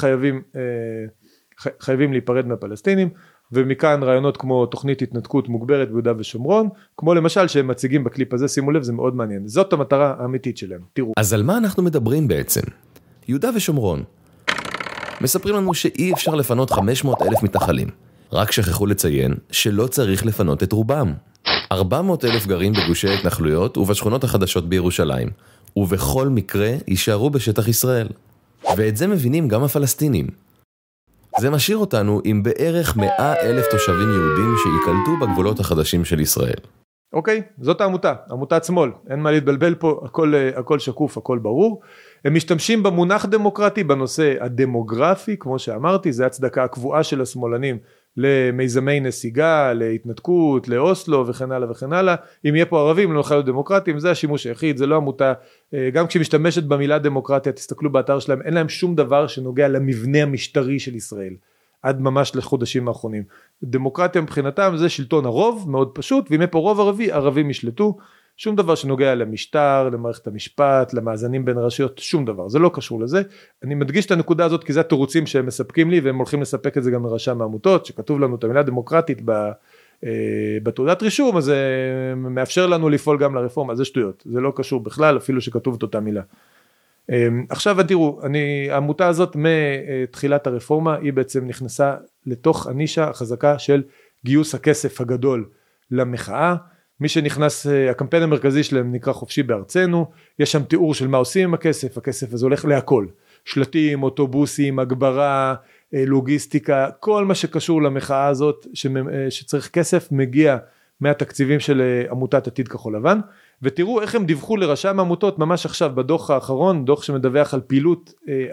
S1: חייבים להיפרד מהפלסטינים, ומכאן רעיונות כמו תוכנית התנתקות מוגברת ביהודה ושומרון, כמו למשל שהם מציגים בקליפ הזה, שימו לב, זה מאוד מעניין, זאת המטרה האמיתית שלהם, תראו.
S4: אז על מה אנחנו מדברים בעצם? יהודה ושומרון. מספרים לנו שאי אפשר לפנות 500,000 מתנחלים, רק שכחו לציין שלא צריך לפנות את רובם. 400,000 גרים בגושי התנחלויות ובשכונות החדשות בירושלים, ובכל מקרה יישארו בשטח ישראל. ואת זה מבינים גם הפלסטינים. זה משאיר אותנו עם בערך 100,000 תושבים יהודים שיקלטו בגבולות החדשים של ישראל.
S1: אוקיי, זאת העמותה, עמותת שמאל, אין מה להתבלבל פה, הכל שקוף, הכל ברור. הם משתמשים במונח דמוקרטי בנושא הדמוגרפי, כמו שאמרתי, זה הצדקה הקבועה של השמאלנים למיזמי נסיגה, להתנתקות, לאוסלו וכן הלאה וכן הלאה. אם יהיה פה ערבים לא נוכל להיות דמוקרטים, זה השימוש היחיד, זה לא עמותה, גם כשמשתמשת במילה דמוקרטיה, תסתכלו באתר שלהם, אין להם שום דבר שנוגע למבנה המשטרי של ישראל, עד ממש לחודשים האחרונים. דמוקרטיה מבחינתם זה שלטון הרוב, מאוד פשוט, ואם יהיה פה רוב ערבי, ערבים ישלטו, שום דבר שנוגע למשטר, למערכת המשפט, למאזנים בין רשויות, שום דבר, זה לא קשור לזה. אני מדגיש את הנקודה הזאת כי זה התירוצים שהם מספקים לי, והם הולכים לספק את זה גם לרשם העמותות, שכתוב לנו את המילה דמוקרטית בתעודת רישום, אז זה מאפשר לנו לפעול גם לרפורמה, זה שטויות, זה לא קשור בכלל, אפילו שכתוב את אותה מילה. עכשיו תראו, העמותה הזאת מתחילת הרפורמה, היא בעצם נכנסה לתוך הנישה החזקה של גיוס הכסף הגדול למחאה. מי שנכנס, הקמפיין המרכזי שלהם נקרא חופשי בארצנו, יש שם תיאור של מה עושים עם הכסף, הכסף הזה הולך להכל, שלטים, אוטובוסים, הגברה, לוגיסטיקה, כל מה שקשור למחאה הזאת שצריך כסף מגיע מהתקציבים של עמותת עתיד כחול לבן, ותראו איך הם דיווחו לרשם העמותות ממש עכשיו בדוח האחרון, דוח שמדווח על פעילות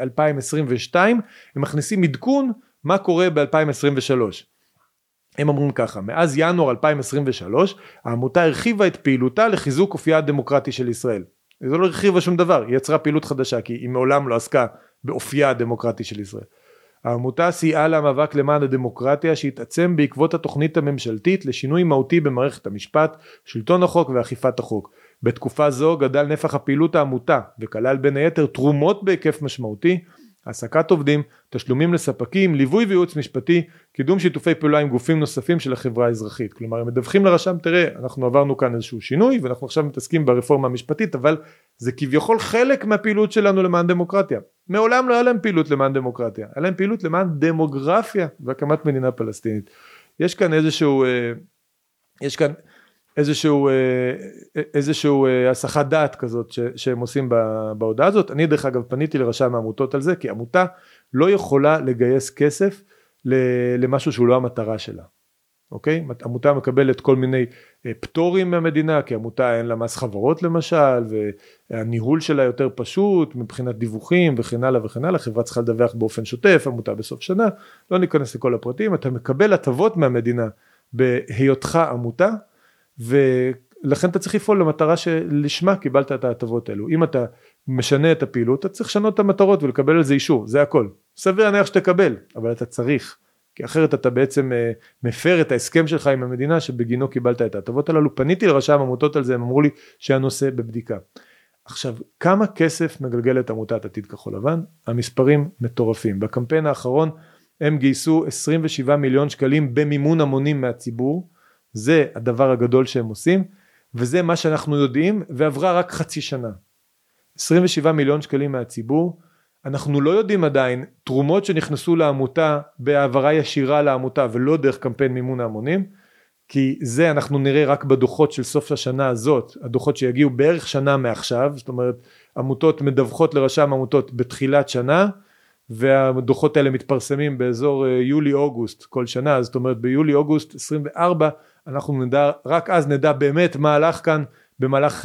S1: 2022, הם מכניסים עדכון מה קורה ב-2023. הם אומרים ככה, מאז ינואר 2023, העמותה הרחיבה את פעילותה לחיזוק אופייה הדמוקרטי של ישראל. זה לא הרחיבה שום דבר, היא יצרה פעילות חדשה, כי היא מעולם לא עסקה באופייה הדמוקרטי של ישראל. העמותה סייעה למאבק למען הדמוקרטיה שהתעצם בעקבות התוכנית הממשלתית לשינוי מהותי במערכת המשפט, שלטון החוק ואכיפת החוק. בתקופה זו גדל נפח הפעילות העמותה וכלל בין היתר תרומות בהיקף משמעותי, העסקת עובדים, תשלומים לספקים, ליווי וייעוץ משפטי, קידום שיתופי פעולה עם גופים נוספים של החברה האזרחית. כלומר, הם מדווחים לרשם, תראה, אנחנו עברנו כאן איזשהו שינוי, ואנחנו עכשיו מתעסקים ברפורמה המשפטית, אבל זה כביכול חלק מהפעילות שלנו למען דמוקרטיה. מעולם לא היה להם פעילות למען דמוקרטיה, היה להם פעילות למען דמוגרפיה והקמת מדינה פלסטינית. יש כאן איזשהו הסחת דעת כזאת שהם עושים בהודעה הזאת. אני דרך אגב פניתי לרשם העמותות על זה, כי עמותה לא יכולה לגייס כסף למשהו שהוא לא המטרה שלה. אוקיי? עמותה מקבלת כל מיני פטורים מהמדינה, כי עמותה אין לה מס חברות למשל, והניהול שלה יותר פשוט מבחינת דיווחים וכן הלאה וכן הלאה, חברה צריכה לדווח באופן שוטף, עמותה בסוף שנה, לא ניכנס לכל הפרטים, אתה מקבל הטבות מהמדינה בהיותך עמותה, ולכן אתה צריך לפעול למטרה שלשמה קיבלת את ההטבות האלו. אם אתה משנה את הפעילות, אתה צריך לשנות את המטרות ולקבל על זה אישור, זה הכל. סביר להניח שתקבל, אבל אתה צריך, כי אחרת אתה בעצם מפר את ההסכם שלך עם המדינה שבגינו קיבלת את ההטבות הללו. פניתי לרשם העמותות על זה, הם אמרו לי שהנושא בבדיקה. עכשיו, כמה כסף מגלגלת עמותת עתיד כחול לבן? המספרים מטורפים. בקמפיין האחרון הם גייסו 27 מיליון שקלים במימון המונים מהציבור, זה הדבר הגדול שהם עושים, וזה מה שאנחנו יודעים, ועברה רק חצי שנה. 27 מיליון שקלים מהציבור, אנחנו לא יודעים עדיין תרומות שנכנסו לעמותה בהעברה ישירה לעמותה ולא דרך קמפיין מימון ההמונים, כי זה אנחנו נראה רק בדוחות של סוף השנה הזאת, הדוחות שיגיעו בערך שנה מעכשיו, זאת אומרת עמותות מדווחות לרשם עמותות בתחילת שנה, והדוחות האלה מתפרסמים באזור יולי-אוגוסט כל שנה, זאת אומרת ביולי-אוגוסט 24 אנחנו נדע, רק אז נדע באמת מה הלך כאן במהלך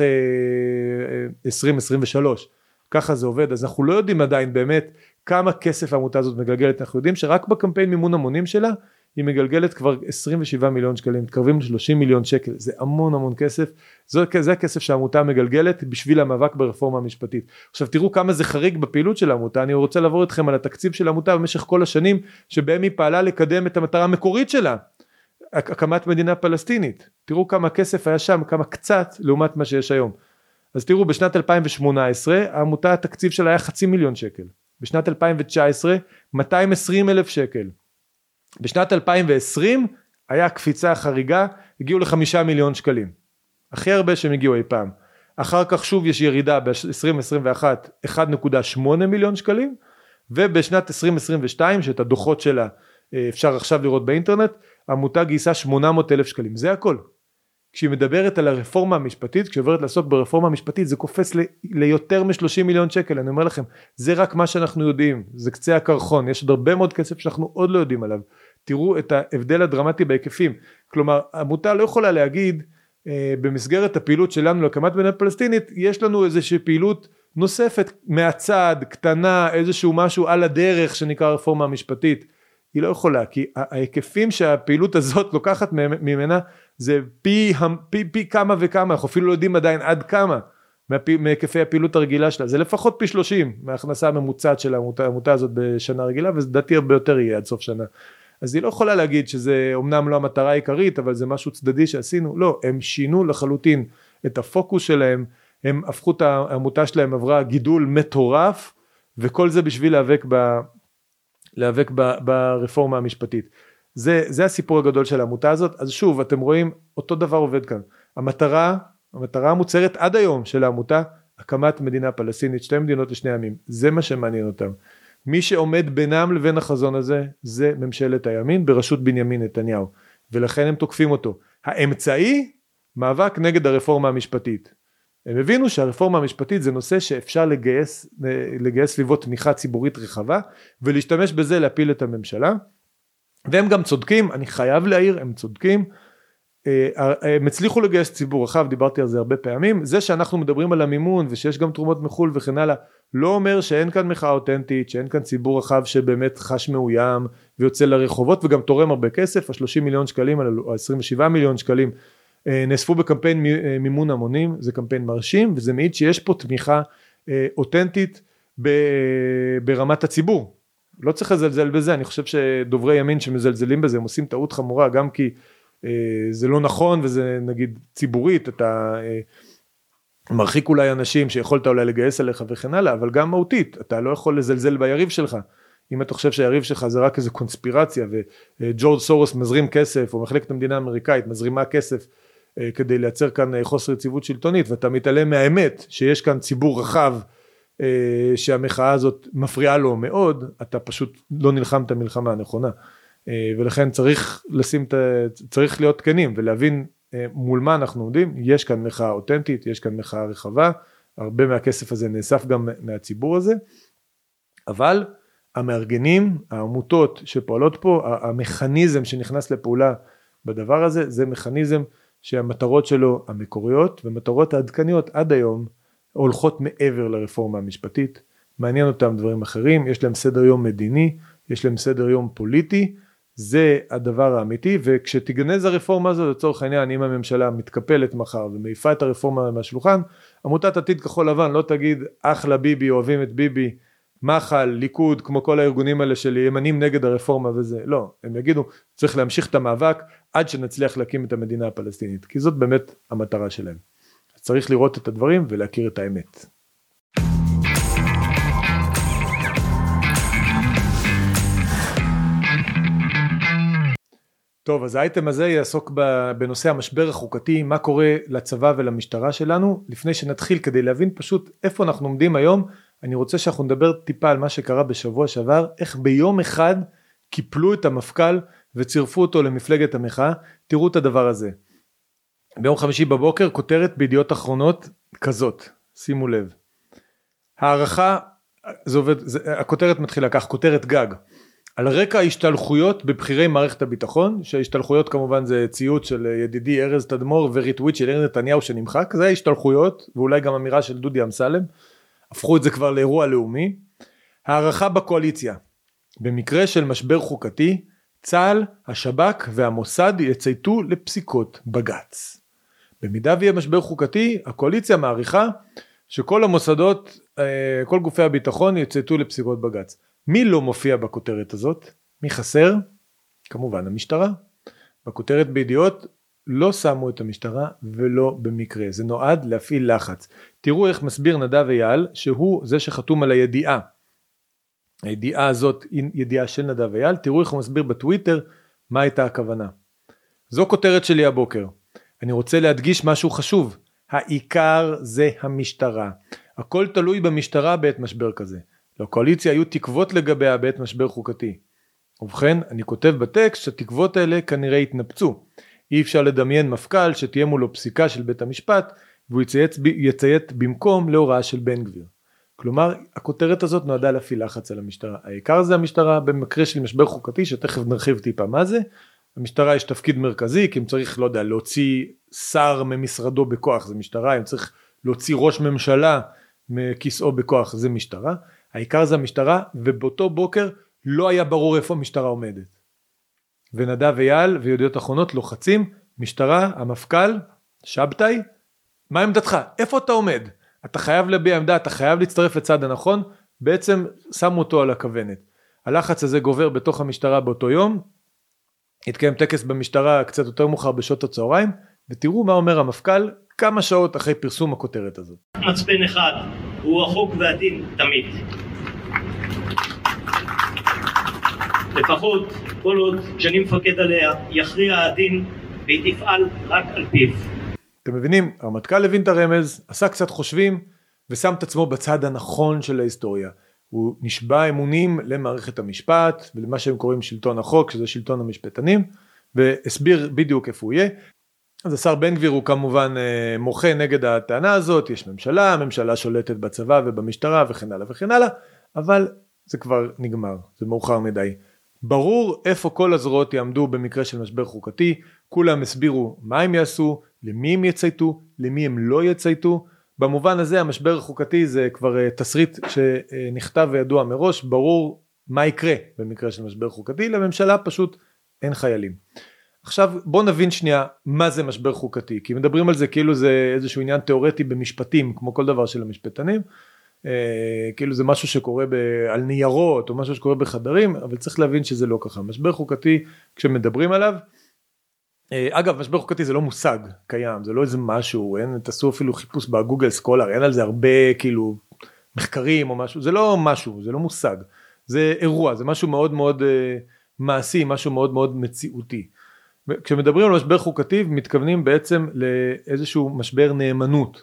S1: 2023, ככה זה עובד, אז אנחנו לא יודעים עדיין באמת כמה כסף העמותה הזאת מגלגלת, אנחנו יודעים שרק בקמפיין מימון המונים שלה, היא מגלגלת כבר 27 מיליון שקלים, מתקרבים ל-30 מיליון שקל, זה המון המון כסף, זה הכסף שהעמותה מגלגלת בשביל המאבק ברפורמה המשפטית. עכשיו תראו כמה זה חריג בפעילות של העמותה, אני רוצה לעבור אתכם על התקציב של העמותה במשך כל השנים, שבהם היא פעלה לקדם את המטרה המקורית שלה, הקמת מדינה פלסטינית, תראו כמה כסף היה שם, כמה קצת לעומת מה שיש היום. אז תראו בשנת 2018 העמותה התקציב שלה היה 500,000 שקל, בשנת 2019 220,000 שקל, בשנת 2020 היה קפיצה חריגה, הגיעו ל5 מיליון שקלים, הכי הרבה שהם הגיעו אי פעם, אחר כך שוב יש ירידה ב-2021 1.8 מיליון שקלים, ובשנת 2022 שאת הדוחות שלה אפשר עכשיו לראות באינטרנט, העמותה גייסה 800,000 שקלים, זה הכל. כשהיא מדברת על הרפורמה המשפטית, כשהיא עוברת לעסוק ברפורמה המשפטית, זה קופץ ליותר מ-30 מיליון שקל, אני אומר לכם, זה רק מה שאנחנו יודעים, זה קצה הקרחון, יש עוד הרבה מאוד כסף שאנחנו עוד לא יודעים עליו, תראו את ההבדל הדרמטי בהיקפים, כלומר, העמותה לא יכולה להגיד, במסגרת הפעילות שלנו להקמת מדינה פלסטינית, יש לנו איזושהי פעילות נוספת, מהצד, קטנה, איזשהו משהו על הדרך, שנקרא רפורמה המשפטית, היא לא יכולה, כי ההיקפים שהפעילות הזאת לוקחת ממנה, זה פי כמה וכמה, אנחנו אפילו לא יודעים עדיין עד כמה, מהיקפי הפעילות הרגילה שלה, זה לפחות פי 30, מההכנסה הממוצעת של העמותה הזאת בשנה רגילה, וזה דעתי הרבה יותר יהיה עד סוף שנה. אז היא לא יכולה להגיד שזה אומנם לא המטרה העיקרית, אבל זה משהו צדדי שעשינו, לא, הם שינו לחלוטין את הפוקוס שלהם, הם הפכו את העמותה שלהם, עברה גידול מטורף, וכל זה בשביל להיאבק ברפורמה המשפטית. זה הסיפור הגדול של העמותה הזאת, אז שוב, אתם רואים, אותו דבר עובד כאן. המטרה המוצהרת עד היום של העמותה, הקמת מדינה פלסטינית, 2 מדינות לשני עמים, זה מה שמעניין אותם. מי שעומד בינם לבין החזון הזה, זה ממשלת הימין, בראשות בנימין נתניהו, ולכן הם תוקפים אותו. האמצעי, מאבק נגד הרפורמה המשפטית. הם הבינו שהרפורמה המשפטית זה נושא שאפשר לגייס סביבו תמיכה ציבורית רחבה, ולהשתמש בזה להפיל את הממשלה, והם גם צודקים, אני חייב להעיר, הם צודקים, הם הצליחו לגייס ציבור רחב, דיברתי על זה הרבה פעמים, זה שאנחנו מדברים על המימון, ושיש גם תרומות מחול וכן הלאה, לא אומר שאין כאן מחאה אותנטית, שאין כאן ציבור רחב שבאמת חש מאוים, ויוצא לרחובות, וגם תורם הרבה כסף, ה-30 מיליון שקלים, או 27 מיליון שקלים, נאספו בקמפיין מימון המונים, זה קמפיין מרשים, וזה מעיד שיש פה תמיכה אותנטית ברמת הציבור. לא צריך לזלזל בזה, אני חושב שדוברי ימין שמזלזלים בזה, הם עושים טעות חמורה, גם כי זה לא נכון, וזה נגיד ציבורית, אתה מרחיק אולי אנשים שיכולת אולי לגייס עליך וכן הלאה, אבל גם מהותית, אתה לא יכול לזלזל ביריב שלך, אם אתה חושב שהיריב שלך זה רק איזו קונספירציה, וג'ורג' סורוס מזרים כסף, או מחלקת המדינה האמריקאית מזרימה כסף, כדי לייצר כאן חוסר יציבות שלטונית, ואתה מתעלם מהאמת, שיש כאן ציבור רחב, שהמחאה הזאת מפריעה לו מאוד, אתה פשוט לא נלחם את המלחמה הנכונה, ולכן צריך להיות כנים, ולהבין מול מה אנחנו עומדים, יש כאן מחאה אותנטית, יש כאן מחאה רחבה, הרבה מהכסף הזה נאסף גם מהציבור הזה, אבל המארגנים, העמותות שפועלות פה, המכניזם שנכנס לפעולה בדבר הזה, זה מכניזם שהמטרות שלו המקוריות, ומטרות העדכניות עד היום, הולכות מעבר לרפורמה המשפטית, מעניין אותם דברים אחרים, יש להם סדר יום מדיני, יש להם סדר יום פוליטי, זה הדבר האמיתי, וכשתיגנז הרפורמה הזאת, לצורך העניין, אם הממשלה מתקפלת מחר, ומעיפה את הרפורמה מהשולחן, עמותת עתיד כחול לבן לא תגיד, אחלה ביבי, אוהבים את ביבי, מחל, ליכוד, כמו כל הארגונים האלה של ימנים נגד הרפורמה וזה, לא, הם יגידו, צריך להמשיך את המאבק, עד שנצליח להקים את המדינה הפלסטינית, כי זאת באמת המטרה שלהם. צריך לראות את הדברים ולהכיר את האמת. טוב, אז האייטם הזה יעסוק בנושא המשבר החוקתי, מה קורה לצבא ולמשטרה שלנו. לפני שנתחיל, כדי להבין פשוט איפה אנחנו עומדים היום, אני רוצה שאנחנו נדבר טיפה על מה שקרה בשבוע שעבר, איך ביום אחד קיפלו את המפכ"ל וצירפו אותו למפלגת המחאה. תראו את הדבר הזה. ביום חמישי בבוקר, כותרת בידיעות אחרונות כזאת, שימו לב. הערכה, הכותרת מתחילה כך, כותרת גג. על רקע ההשתלחויות בבחירי מערכת הביטחון, שההשתלחויות כמובן זה ציוץ של ידידי ארז תדמור וריטוויט של יאיר נתניהו שנמחק, זה ההשתלחויות, ואולי גם אמירה של דודי אמסלם, הפכו את זה כבר לאירוע לאומי. הערכה בקואליציה, במקרה של משבר חוקתי, צה"ל, השב"כ והמוסד יצייתו לפסיקות בג"ץ. במידה ויהיה משבר חוקתי, הקואליציה מעריכה שכל המוסדות, כל גופי הביטחון יצייתו לפסיקות בג"ץ. מי לא מופיע בכותרת הזאת? מי חסר? כמובן המשטרה. בכותרת בידיעות לא שמו את המשטרה ולא במקרה. זה נועד להפעיל לחץ. תראו איך מסביר נדב אייל, שהוא זה שחתום על הידיעה. הידיעה הזאת היא ידיעה של נדב אייל. תראו איך הוא מסביר בטוויטר מה הייתה הכוונה. זו כותרת שלי הבוקר. אני רוצה להדגיש משהו חשוב. העיקר זה המשטרה. הכל תלוי במשטרה בעת משבר כזה. לקואליציה היו תקוות לגביה בעת משבר חוקתי. ובכן, אני כותב בטקסט שהתקוות האלה כנראה התנפצו. אי אפשר לדמיין מפכ"ל שתהיה מולו פסיקה של בית המשפט, והוא יציית במקום להוראה של בן גביר. כלומר, הכותרת הזאת נועדה להפעיל לחץ על המשטרה. העיקר זה המשטרה במקרה של משבר חוקתי, שתכף נרחיב טיפה מה זה. המשטרה יש תפקיד מרכזי, כי אם צריך, לא יודע, להוציא שר ממשרדו בכוח, זה משטרה. אם צריך להוציא ראש ממשלה מכיסאו בכוח, זה משטרה. העיקר זה המשטרה, ובאותו בוקר לא היה ברור איפה המשטרה עומדת. ונדב אייל וידיעות אחרונות לוחצים, משטרה, המפכ"ל, שבתאי, מה עמדתך? איפה אתה עומד? אתה חייב להביע עמדה, אתה חייב להצטרף לצד הנכון, בעצם שמו אותו על הכוונת. הלחץ הזה גובר בתוך המשטרה באותו יום, התקיים טקס במשטרה קצת יותר מאוחר בשעות הצהריים, ותראו מה אומר המפכ"ל כמה שעות אחרי פרסום הכותרת הזאת.
S5: מצפן אחד, הוא החוק והדין תמיד. לפחות כל עוד שאני מפקד עליה, יכריע הדין והיא תפעל רק על פיו.
S1: אתם מבינים? הרמטכ"ל הבין את הרמז, עשה קצת חושבים, ושם את עצמו בצד הנכון של ההיסטוריה. הוא נשבע אמונים למערכת המשפט, ולמה שהם קוראים שלטון החוק, שזה שלטון המשפטנים, והסביר בדיוק איפה הוא יהיה. אז השר בן גביר הוא כמובן מוחה נגד הטענה הזאת, יש ממשלה, הממשלה שולטת בצבא ובמשטרה וכן הלאה וכן הלאה, אבל זה כבר נגמר, זה מאוחר מדי. ברור איפה כל הזרועות יעמדו במקרה של משבר חוקתי, כולם הסבירו מה הם יעשו, למי הם יצייתו, למי הם לא יצייתו. במובן הזה המשבר החוקתי זה כבר תסריט שנכתב וידוע מראש, ברור מה יקרה במקרה של משבר חוקתי, לממשלה פשוט אין חיילים. עכשיו בוא נבין שנייה מה זה משבר חוקתי, כי מדברים על זה כאילו זה איזשהו עניין תיאורטי במשפטים, כמו כל דבר של המשפטנים, כאילו זה משהו שקורה על ניירות או משהו שקורה בחדרים, אבל צריך להבין שזה לא ככה. משבר חוקתי כשמדברים עליו, אגב משבר חוקתי זה לא מושג קיים, זה לא איזה משהו, תעשו אפילו חיפוש בגוגל סקולר, אין על זה הרבה כאילו מחקרים או משהו, זה לא משהו, זה לא מושג, זה אירוע, זה משהו מאוד מאוד מעשי, משהו מאוד מאוד מציאותי. כשמדברים על משבר חוקתי מתכוונים בעצם לאיזשהו משבר נאמנות,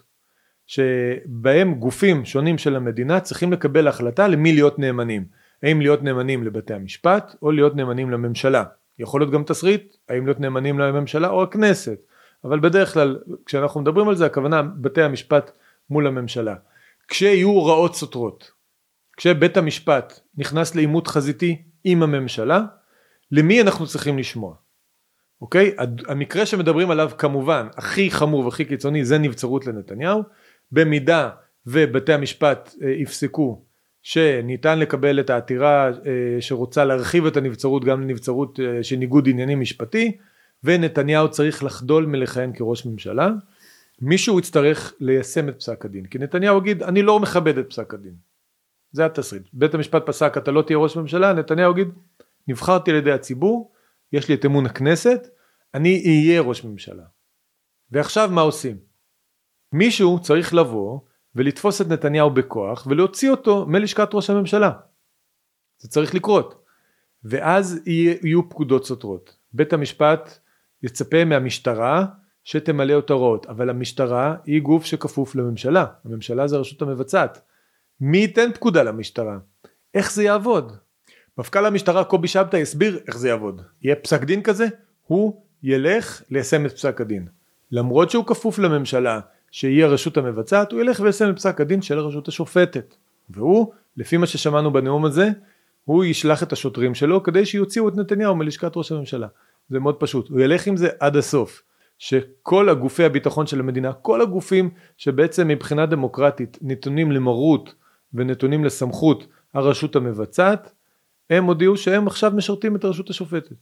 S1: שבהם גופים שונים של המדינה צריכים לקבל החלטה למי להיות נאמנים, האם להיות נאמנים לבתי המשפט או להיות נאמנים לממשלה. יכול להיות גם תסריט, האם להיות נאמנים לממשלה או הכנסת, אבל בדרך כלל כשאנחנו מדברים על זה הכוונה בתי המשפט מול הממשלה. כשיהיו הוראות סותרות, כשבית המשפט נכנס לעימות חזיתי עם הממשלה, למי אנחנו צריכים לשמוע? אוקיי? המקרה שמדברים עליו כמובן הכי חמור והכי קיצוני זה נבצרות לנתניהו, במידה ובתי המשפט יפסקו שניתן לקבל את העתירה שרוצה להרחיב את הנבצרות גם לנבצרות של ניגוד עניינים משפטי, ונתניהו צריך לחדול מלכהן כראש ממשלה, מישהו יצטרך ליישם את פסק הדין, כי נתניהו יגיד אני לא מכבד את פסק הדין, זה התסריט, בית המשפט פסק אתה לא תהיה ראש ממשלה, נתניהו יגיד נבחרתי על ידי הציבור, יש לי את אמון הכנסת, אני אהיה ראש ממשלה. ועכשיו מה עושים? מישהו צריך לבוא ולתפוס את נתניהו בכוח ולהוציא אותו מלשכת ראש הממשלה. זה צריך לקרות. ואז יהיו פקודות סותרות. בית המשפט יצפה מהמשטרה שתמלא את ההוראות, אבל המשטרה היא גוף שכפוף לממשלה, הממשלה זה הרשות המבצעת. מי ייתן פקודה למשטרה? איך זה יעבוד? מפכ"ל המשטרה קובי שבתאי יסביר איך זה יעבוד. יהיה פסק דין כזה, הוא ילך ליישם את פסק הדין. למרות שהוא כפוף לממשלה שהיא הרשות המבצעת, הוא ילך ויישם את פסק הדין של הרשות השופטת. והוא, לפי מה ששמענו בנאום הזה, הוא ישלח את השוטרים שלו כדי שיוציאו את נתניהו מלשכת ראש הממשלה. זה מאוד פשוט. הוא ילך עם זה עד הסוף. שכל הגופי הביטחון של המדינה, כל הגופים שבעצם מבחינה דמוקרטית נתונים למרות ונתונים לסמכות הרשות המבצעת, הם הודיעו שהם עכשיו משרתים את הרשות השופטת.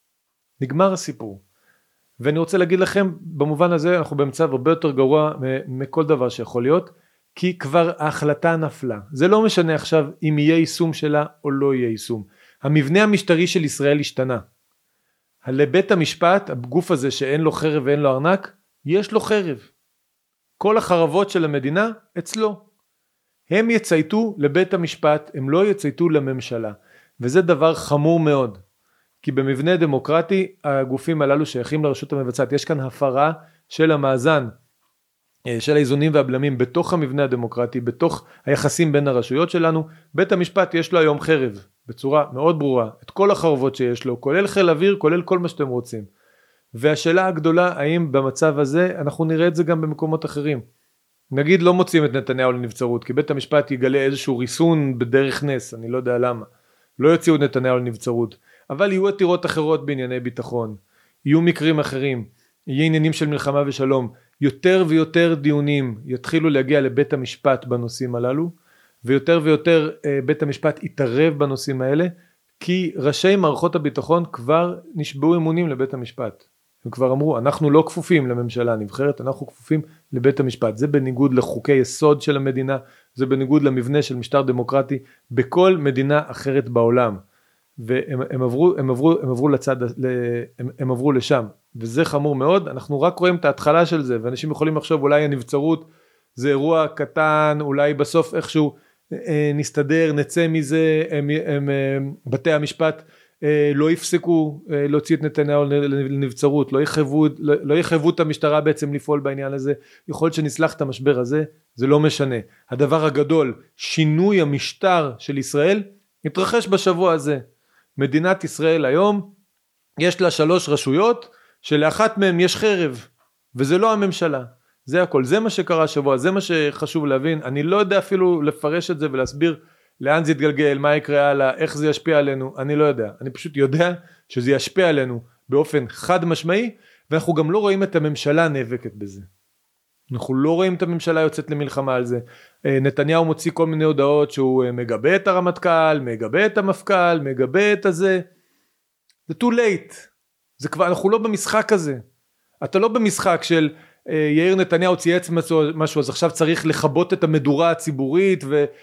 S1: נגמר הסיפור. ואני רוצה להגיד לכם, במובן הזה אנחנו במצב הרבה יותר גרוע מכל דבר שיכול להיות, כי כבר ההחלטה נפלה. זה לא משנה עכשיו אם יהיה יישום שלה או לא יהיה יישום. המבנה המשטרי של ישראל השתנה. לבית המשפט, הגוף הזה שאין לו חרב ואין לו ארנק, יש לו חרב. כל החרבות של המדינה אצלו. הם יצייתו לבית המשפט, הם לא יצייתו לממשלה. וזה דבר חמור מאוד. כי במבנה דמוקרטי, הגופים הללו שייכים לרשות המבצעת. יש כאן הפרה של המאזן, של האיזונים והבלמים, בתוך המבנה הדמוקרטי, בתוך היחסים בין הרשויות שלנו. בית המשפט יש לו היום חרב, בצורה מאוד ברורה, את כל החרבות שיש לו, כולל חיל אוויר, כולל כל מה שאתם רוצים. והשאלה הגדולה, האם במצב הזה, אנחנו נראה את זה גם במקומות אחרים. נגיד לא מוצאים את נתניהו לנבצרות, כי בית המשפט יגלה איזשהו ריסון בדרך נס, אני לא יודע למה. לא יוציאו את נתניהו לנבצרות, אבל יהיו עתירות אחרות בענייני ביטחון, יהיו מקרים אחרים, יהיו עניינים של מלחמה ושלום, יותר ויותר דיונים יתחילו להגיע לבית המשפט בנושאים הללו, ויותר ויותר בית המשפט יתערב בנושאים האלה, כי ראשי מערכות הביטחון כבר נשבעו אמונים לבית המשפט. הם כבר אמרו, אנחנו לא כפופים לממשלה הנבחרת, אנחנו כפופים לבית המשפט. זה בניגוד לחוקי יסוד של המדינה, זה בניגוד למבנה של משטר דמוקרטי, בכל מדינה אחרת בעולם. והם עברו לשם, וזה חמור מאוד. אנחנו רק רואים את ההתחלה של זה, ואנשים יכולים לחשוב, אולי הנבצרות זה אירוע קטן, אולי בסוף איכשהו נסתדר, נצא מזה, בתי המשפט לא יפסקו להוציא את נתניהו לנבצרות, לא יחייבו את המשטרה בעצם לפעול בעניין הזה. יכול להיות שנסלח את המשבר הזה, זה לא משנה. הדבר הגדול, שינוי המשטר של ישראל, התרחש בשבוע הזה. מדינת ישראל היום, יש לה 3 רשויות, שלאחת מהן יש חרב, וזה לא הממשלה. זה הכל, זה מה שקרה השבוע, זה מה שחשוב להבין. אני לא יודע אפילו לפרש את זה ולהסביר לאן זה יתגלגל, מה יקרה הלאה, איך זה ישפיע עלינו, אני לא יודע. אני פשוט יודע שזה ישפיע עלינו באופן חד משמעי, ואנחנו גם לא רואים את הממשלה נאבקת בזה. אנחנו לא רואים את הממשלה יוצאת למלחמה על זה. נתניהו מוציא כל מיני הודעות שהוא מגבה את הרמטכ"ל, מגבה את המפכ"ל, מגבה את הזה. זה too late. זה כבר, אנחנו לא במשחק הזה. אתה לא במשחק של יאיר נתניהו צייץ משהו, אז עכשיו צריך לחבות את המדורה הציבורית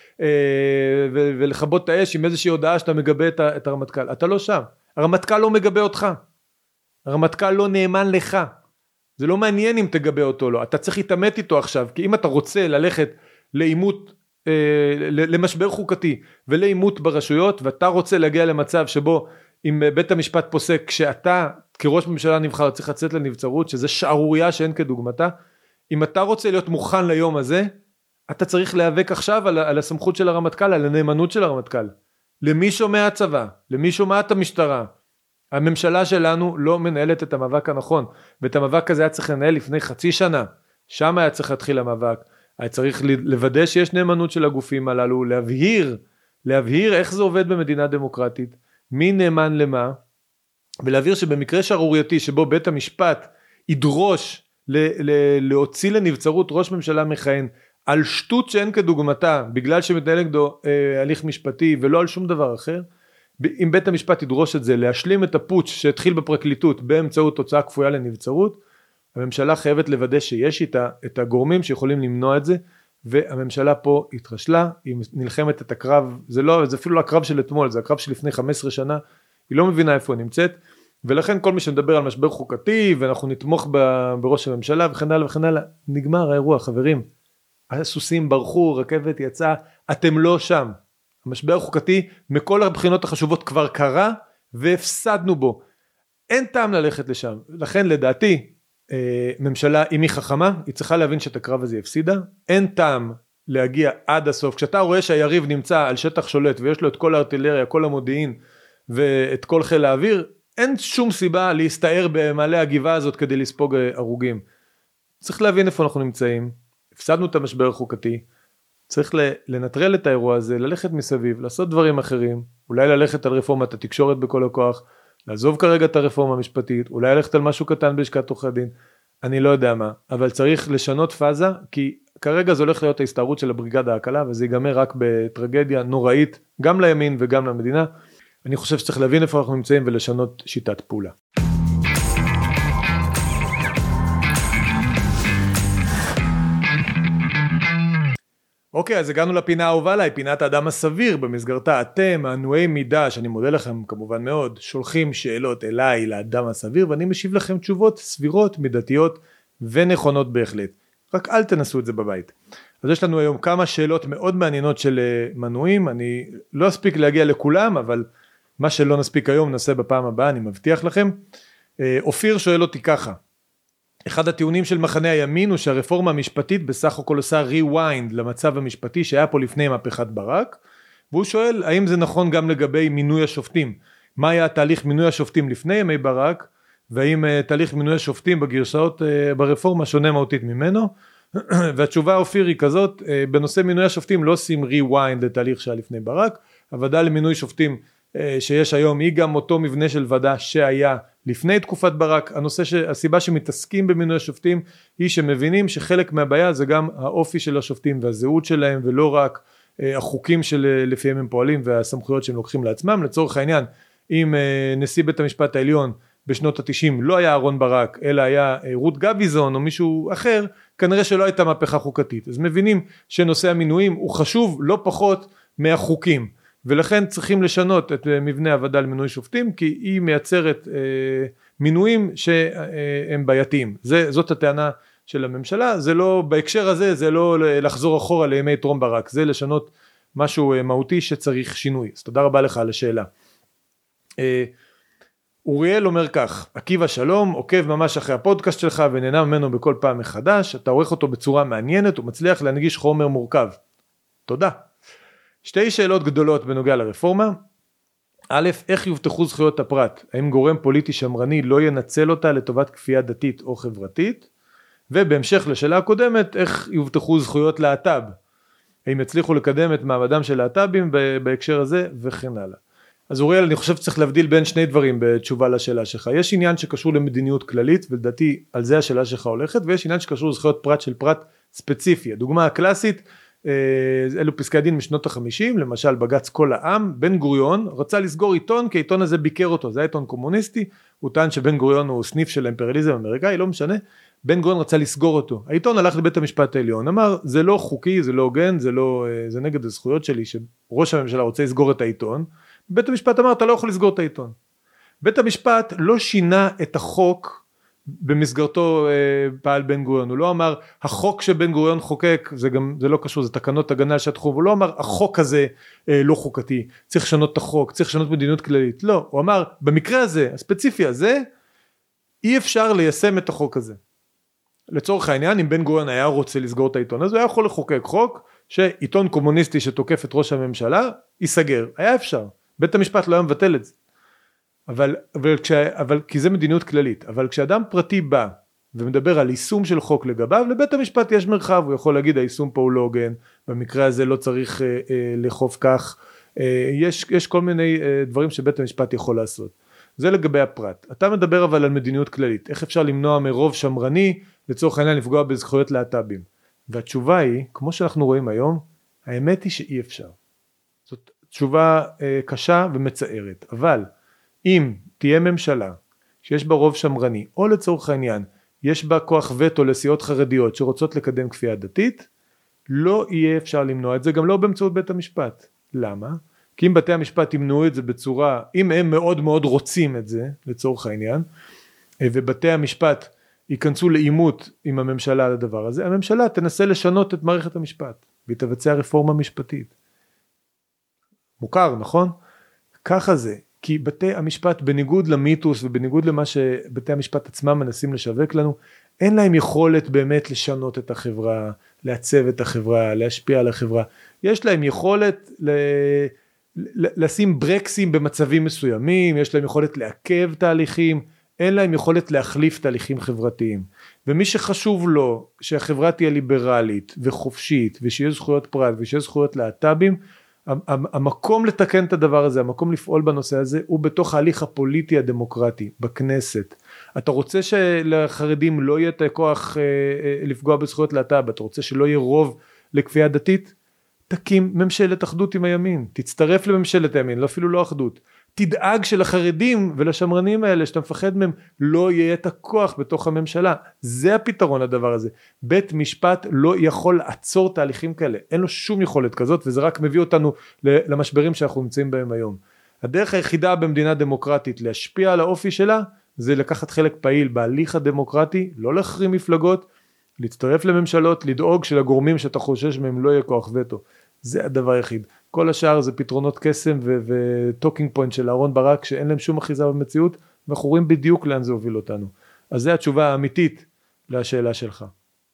S1: ולחבות את האש עם איזושהי הודעה שאתה מגבה את הרמטכ"ל. אתה לא שם. הרמטכ"ל לא מגבה אותך. הרמטכ"ל לא נאמן לך. זה לא מעניין אם תגבה אותו לא. אתה צריך להתאמת איתו עכשיו, כי אם אתה רוצה ללכת לאימות, למשבר חוקתי ולאימות ברשויות, ואתה רוצה להגיע למצב שבו אם בית המשפט פוסק שאתה כראש ממשלה נבחר צריך לצאת לנבצרות, שזה שערוריה שאין כדוגמתה, אם אתה רוצה להיות מוכן ליום הזה, אתה צריך להיאבק עכשיו על הסמכות של הרמטכ"ל, על הנאמנות של הרמטכ"ל. למי שומע הצבא, למי שומעת המשטרה, הממשלה שלנו לא מנהלת את המאבק הנכון, ואת המאבק הזה היה צריך לנהל לפני חצי שנה, שם היה צריך להתחיל המאבק, היה צריך לוודא שיש נאמנות של הגופים הללו, להבהיר איך זה עובד במדינה דמוקרטית, מי נאמן למה, ולהבהיר שבמקרה שערורייתי שבו בית המשפט ידרוש להוציא לנבצרות ראש ממשלה מכהן, על שטות שאין כדוגמתה, בגלל שמתנהל נגדו הליך משפטי ולא על שום דבר אחר, אם בית המשפט ידרוש את זה, להשלים את הפוטש שהתחיל בפרקליטות באמצעות תוצאה כפויה לנבצרות, הממשלה חייבת לוודא שיש איתה את הגורמים שיכולים למנוע את זה, והממשלה פה התרשלה, היא נלחמת את הקרב, זה אפילו לא הקרב של אתמול, זה הקרב של לפני 15 שנה, היא לא מבינה איפה היא נמצאת, ולכן כל מי שמדבר על משבר חוקתי, ואנחנו נתמוך בראש הממשלה וכן הלאה וכן הלאה, נגמר האירוע, חברים, הסוסים ברחו, רכבת יצאה, אתם לא שם. המשבר החוקתי מכל הבחינות החשובות כבר קרה, והפסדנו בו. אין טעם ללכת לשם, לכן לדעתי, ממשלה, אם היא חכמה, היא צריכה להבין שאת הקרב הזה הפסידה, אין טעם להגיע עד הסוף, כשאתה רואה שהיריב נמצא על שטח שולט, ויש לו את כל הארטילריה, כל המודיעין, ואת כל חיל האוויר, אין שום סיבה להסתער במעלה הגבעה הזאת, כדי לספוג הרוגים. צריך להבין איפה אנחנו נמצאים, הפסדנו את המשבר החוקתי, צריך לנטרל את האירוע הזה, ללכת מסביב, לעשות דברים אחרים, אולי ללכת על רפורמת התקשורת בכל הכוח, לעזוב כרגע את הרפורמה המשפטית, אולי ללכת על משהו קטן בלשכת עורכי הדין, אני לא יודע מה, אבל צריך לשנות פאזה, כי כרגע זה הולך להיות ההסתערות של הבריגדה הקלה, וזה ייגמר רק בטרגדיה נוראית, גם לימין וגם למדינה. אני חושב שצריך להבין איפה אנחנו נמצאים ולשנות שיטת פעולה. אוקיי, אז הגענו לפינה האהובה עליי, פינת האדם הסביר, במסגרתה אתם, מנועי מידע, שאני מודה לכם כמובן מאוד, שולחים שאלות אליי לאדם הסביר, ואני משיב לכם תשובות סבירות, מידתיות ונכונות בהחלט. רק אל תנסו את זה בבית. אז יש לנו היום כמה שאלות מאוד מעניינות של מנויים, אני לא אספיק להגיע לכולם, אבל מה שלא נספיק היום נעשה בפעם הבאה, אני מבטיח לכם. אופיר שואל אותי ככה, אחד הטיעונים של מחנה הימין הוא שהרפורמה המשפטית בסך הכל עושה ריוויינד למצב המשפטי שהיה פה לפני מהפכת ברק, והוא שואל האם זה נכון גם לגבי מינוי השופטים, מה היה תהליך מינוי השופטים לפני ימי ברק, והאם תהליך מינוי השופטים בגרסאות ברפורמה שונה מהותית ממנו, והתשובה אופיר היא כזאת, בנושא מינוי השופטים לא עושים ריוויינד לתהליך שהיה לפני ברק, הוועדה למינוי שופטים שיש היום היא גם אותו מבנה של ועדה שהיה לפני תקופת ברק, הסיבה שמתעסקים במינוי השופטים היא שמבינים שחלק מהבעיה זה גם האופי של השופטים והזהות שלהם ולא רק החוקים שלפיהם הם פועלים והסמכויות שהם לוקחים לעצמם. לצורך העניין, אם נשיא בית המשפט העליון בשנות ה-90 לא היה אהרון ברק אלא היה רות גביזון או מישהו אחר, כנראה שלא הייתה מהפכה חוקתית. אז מבינים שנושא המינויים הוא חשוב לא פחות מהחוקים, ולכן צריכים לשנות את מבנה הוועדה למינוי שופטים, כי היא מייצרת מינויים שהם בעייתיים. זאת הטענה של הממשלה, זה לא, בהקשר הזה, זה לא לחזור אחורה לימי טרום ברק, זה לשנות משהו מהותי שצריך שינוי. אז תודה רבה לך על השאלה. אוריאל אומר כך, עקיבא שלום, עוקב ממש אחרי הפודקאסט שלך ונהנה ממנו בכל פעם מחדש, אתה עורך אותו בצורה מעניינת ומצליח להנגיש חומר מורכב. תודה. שתי שאלות גדולות בנוגע לרפורמה. א', איך יובטחו זכויות הפרט? האם גורם פוליטי שמרני לא ינצל אותה לטובת כפייה דתית או חברתית? ובהמשך לשאלה הקודמת, איך יובטחו זכויות להט"ב? האם יצליחו לקדם את מעמדם של להט"בים בהקשר הזה וכן הלאה. אז אוריאל, אני חושב שצריך להבדיל בין שני דברים בתשובה לשאלה שלך. יש עניין שקשור למדיניות כללית, ולדעתי על זה השאלה שלך הולכת, ויש עניין שקשור לזכויות פרט של פרט ספציפי. הדוגמה הקלאסית, אלו פסקי הדין משנות ה-50, למשל בג"ץ כל העם, בן גוריון רצה לסגור עיתון, כי העיתון הזה ביקר אותו, זה עיתון קומוניסטי, הוא טען שבן גוריון הוא סניף של האימפריאליזם האמריקאי, לא משנה, בן גוריון רצה לסגור אותו, העיתון הלך לבית המשפט העליון, אמר זה לא חוקי, זה לא הוגן, זה נגד הזכויות שלי, שראש הממשלה רוצה לסגור את העיתון, בית המשפט אמר אתה לא יכול לסגור את העיתון, בית המשפט לא שינה את החוק, במסגרתו פעל בן גוריון, הוא לא אמר החוק שבן גוריון חוקק, זה לא קשור, זה תקנות הגנה על שעת חירום, הוא לא אמר החוק הזה לא חוקתי, צריך לשנות את החוק, צריך לשנות מדיניות כללית, לא, הוא אמר במקרה הזה, הספציפי הזה, אי אפשר ליישם את החוק הזה. לצורך העניין, אם בן גוריון היה רוצה לסגור את העיתון, אז הוא היה יכול לחוקק חוק, שעיתון קומוניסטי שתוקף את ראש הממשלה, ייסגר, היה אפשר, בית המשפט לא היה מבטל את זה. אבל כי זה מדיניות כללית, אבל כשאדם פרטי בא ומדבר על יישום של חוק לגביו, לבית המשפט יש מרחב, הוא יכול להגיד היישום פה הוא לא הוגן, במקרה הזה לא צריך לחוף כך, יש כל מיני דברים שבית המשפט יכול לעשות, זה לגבי הפרט. אתה מדבר אבל על מדיניות כללית, איך אפשר למנוע מרוב שמרני, לצורך העניין לפגוע בזכויות להט"בים, והתשובה היא, כמו שאנחנו רואים היום, האמת היא שאי אפשר, זאת תשובה קשה ומצערת, אבל אם תהיה ממשלה שיש בה רוב שמרני, או לצורך העניין, יש בה כוח וטו לסיעות חרדיות שרוצות לקדם כפייה דתית, לא יהיה אפשר למנוע את זה, גם לא באמצעות בית המשפט. למה? כי אם בתי המשפט ימנעו את זה בצורה, אם הם מאוד מאוד רוצים את זה, לצורך העניין, ובתי המשפט ייכנסו לעימות עם הממשלה על הדבר הזה, הממשלה תנסה לשנות את מערכת המשפט, והיא תבצע רפורמה משפטית. מוכר, נכון? ככה זה. כי בתי המשפט, בניגוד למיתוס ובניגוד למה שבתי המשפט עצמם מנסים לשווק לנו, אין להם יכולת באמת לשנות את החברה, לעצב את החברה, להשפיע על החברה. יש להם יכולת לשים ברקסים במצבים מסוימים, יש להם יכולת לעכב תהליכים, אין להם יכולת להחליף תהליכים חברתיים. ומי שחשוב לו שהחברה תהיה ליברלית וחופשית, ושיהיה זכויות פרט ושיהיה זכויות להט"בים, המקום לתקן את הדבר הזה, המקום לפעול בנושא הזה, הוא בתוך ההליך הפוליטי הדמוקרטי, בכנסת. אתה רוצה שלחרדים לא יהיה את הכוח לפגוע בזכויות להט"ב, אתה רוצה שלא יהיה רוב לכפייה דתית? תקים ממשלת אחדות עם הימין, תצטרף לממשלת הימין, לא אפילו לא אחדות. תדאג שלחרדים ולשמרנים האלה שאתה מפחד מהם לא יהיה את הכוח בתוך הממשלה. זה הפתרון לדבר הזה. בית משפט לא יכול לעצור תהליכים כאלה, אין לו שום יכולת כזאת, וזה רק מביא אותנו למשברים שאנחנו נמצאים בהם היום. הדרך היחידה במדינה דמוקרטית להשפיע על האופי שלה, זה לקחת חלק פעיל בהליך הדמוקרטי, לא להחרים מפלגות, להצטרף לממשלות, לדאוג שלגורמים שאתה חושש מהם לא יהיה כוח וטו. זה הדבר היחיד. כל השאר זה פתרונות קסם וטוקינג פוינט של אהרון ברק, שאין להם שום אחיזה במציאות, ואנחנו רואים בדיוק לאן זה הוביל אותנו. אז זה התשובה האמיתית לשאלה שלך.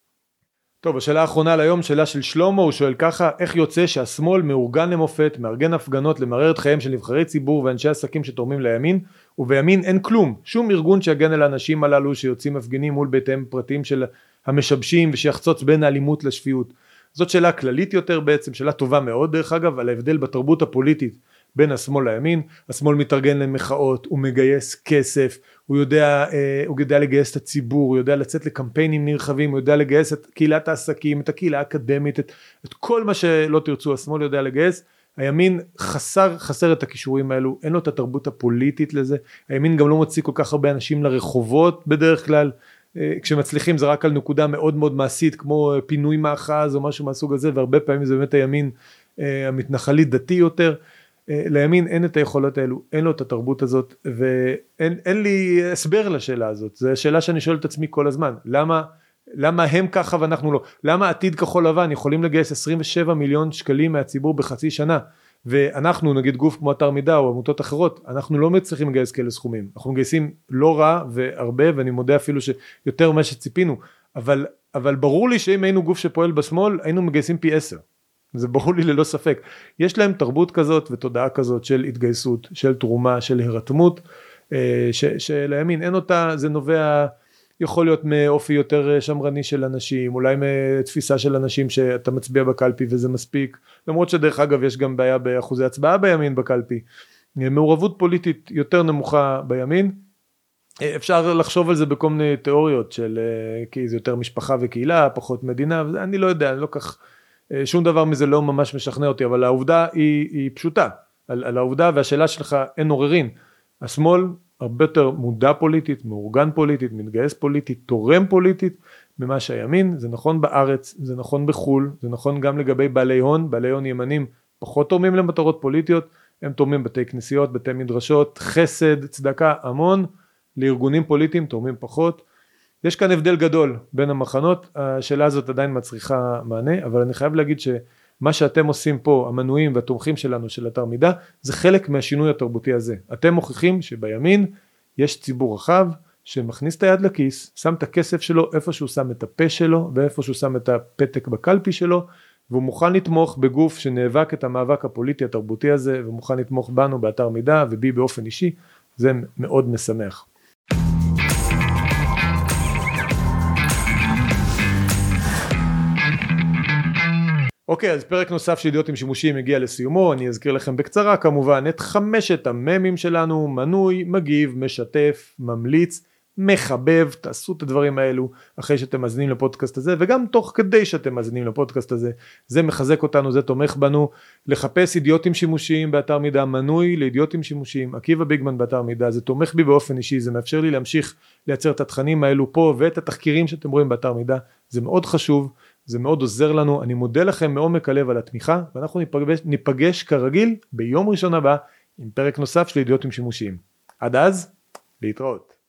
S1: טוב, השאלה האחרונה להיום, שאלה של שלמה, הוא שואל ככה, איך יוצא שהשמאל מאורגן למופת, מארגן הפגנות למרר את חייהם של נבחרי ציבור ואנשי עסקים שתורמים לימין, ובימין אין כלום, שום ארגון שיגן על האנשים הללו שיוצאים מפגינים מול ביתיהם פרטיים של המשבשים, ושיחצוץ בין האלימות לשפיות. זאת שאלה כללית יותר בעצם, שאלה טובה מאוד דרך אגב, על ההבדל בתרבות הפוליטית בין השמאל לימין. השמאל מתארגן למחאות, הוא מגייס כסף, הוא יודע לגייס את הציבור, הוא יודע לצאת לקמפיינים נרחבים, הוא יודע לגייס את קהילת העסקים, את הקהילה האקדמית, את כל מה שלא תרצו, השמאל יודע לגייס. הימין חסר את הכישורים האלו, אין לו את התרבות הפוליטית לזה, הימין גם לא מוציא כל כך הרבה אנשים לרחובות בדרך כלל, כשמצליחים זה רק על נקודה מאוד מאוד מעשית, כמו פינוי מאחז או משהו מהסוג הזה, והרבה פעמים זה באמת הימין המתנחלי דתי יותר. לימין אין את היכולות האלו, אין לו את התרבות הזאת, ואין לי הסבר לשאלה הזאת. זו שאלה שאני שואל את עצמי כל הזמן, למה הם ככה ואנחנו לא? למה עתיד כחול לבן יכולים לגייס 27 מיליון שקלים מהציבור בחצי שנה, ואנחנו נגיד גוף כמו אתר מידע או עמותות אחרות, אנחנו לא מצליחים לגייס כאלה סכומים, אנחנו מגייסים לא רע והרבה, ואני מודה אפילו שיותר ממה שציפינו, אבל ברור לי שאם היינו גוף שפועל בשמאל, היינו מגייסים פי 10, זה ברור לי ללא ספק. יש להם תרבות כזאת ותודעה כזאת של התגייסות, של תרומה, של הרתמות, שלימין אין אותה, זה נובע, יכול להיות מאופי יותר שמרני של אנשים, אולי מתפיסה של אנשים שאתה מצביע בקלפי וזה מספיק, למרות שדרך אגב יש גם בעיה באחוזי הצבעה בימין בקלפי, מעורבות פוליטית יותר נמוכה בימין, אפשר לחשוב על זה בכל מיני תיאוריות של כי זה יותר משפחה וקהילה, פחות מדינה, אני לא יודע, אני לא כך, שום דבר מזה לא ממש משכנע אותי, אבל העובדה היא פשוטה, על העובדה והשאלה שלך אין עוררין, השמאל הרבה יותר מודע פוליטית, מאורגן פוליטית, מתגייס פוליטית, תורם פוליטית, ממה שהימין, זה נכון בארץ, זה נכון בחול, זה נכון גם לגבי בעלי הון, בעלי הון ימנים פחות תורמים למטרות פוליטיות, הם תורמים בתי כנסיות, בתי מדרשות, חסד, צדקה, המון, לארגונים פוליטיים תורמים פחות, יש כאן הבדל גדול בין המחנות, השאלה הזאת עדיין מצריכה מענה, אבל אני חייב להגיד שמה שאתם עושים פה, המנויים והתומכים שלנו של אתר מידע, זה חלק מהשינוי התרבותי הזה. אתם מוכיחים שבימין יש ציבור רחב, שמכניס את היד לכיס, שם את הכסף שלו, איפה שהוא שם את הפה שלו, ואיפה שהוא שם את הפתק בקלפי שלו, והוא מוכן לתמוך בגוף שנאבק את המאבק הפוליטי התרבותי הזה, ומוכן לתמוך בנו באתר מידע, ובי באופן אישי, זה מאוד משמח. אוקיי, אז פרק נוסף של אידיוטים שימושיים הגיע לסיומו, אני אזכיר לכם בקצרה כמובן את 5 הממים שלנו, מנוי, מגיב, משתף, ממליץ, מחבב, תעשו את הדברים האלו אחרי שאתם מאזינים לפודקאסט הזה, וגם תוך כדי שאתם מאזינים לפודקאסט הזה, זה מחזק אותנו, זה תומך בנו, לחפש אידיוטים שימושיים באתר מידע, מנוי לאידיוטים שימושיים, עקיבא ביגמן באתר מידע, זה תומך בי באופן אישי, זה מאפשר לי להמשיך לייצר את התכנים האלו פה, ואת התחקירים שאתם רואים באתר מידע, זה מאוד חשוב, זה מאוד עוזר לנו, אני מודה לכם מעומק הלב על התמיכה, ואנחנו ניפגש כרגיל ביום ראשון הבא, עם פרק נוסף של אידיוטים שימושיים. עד אז, להתראות.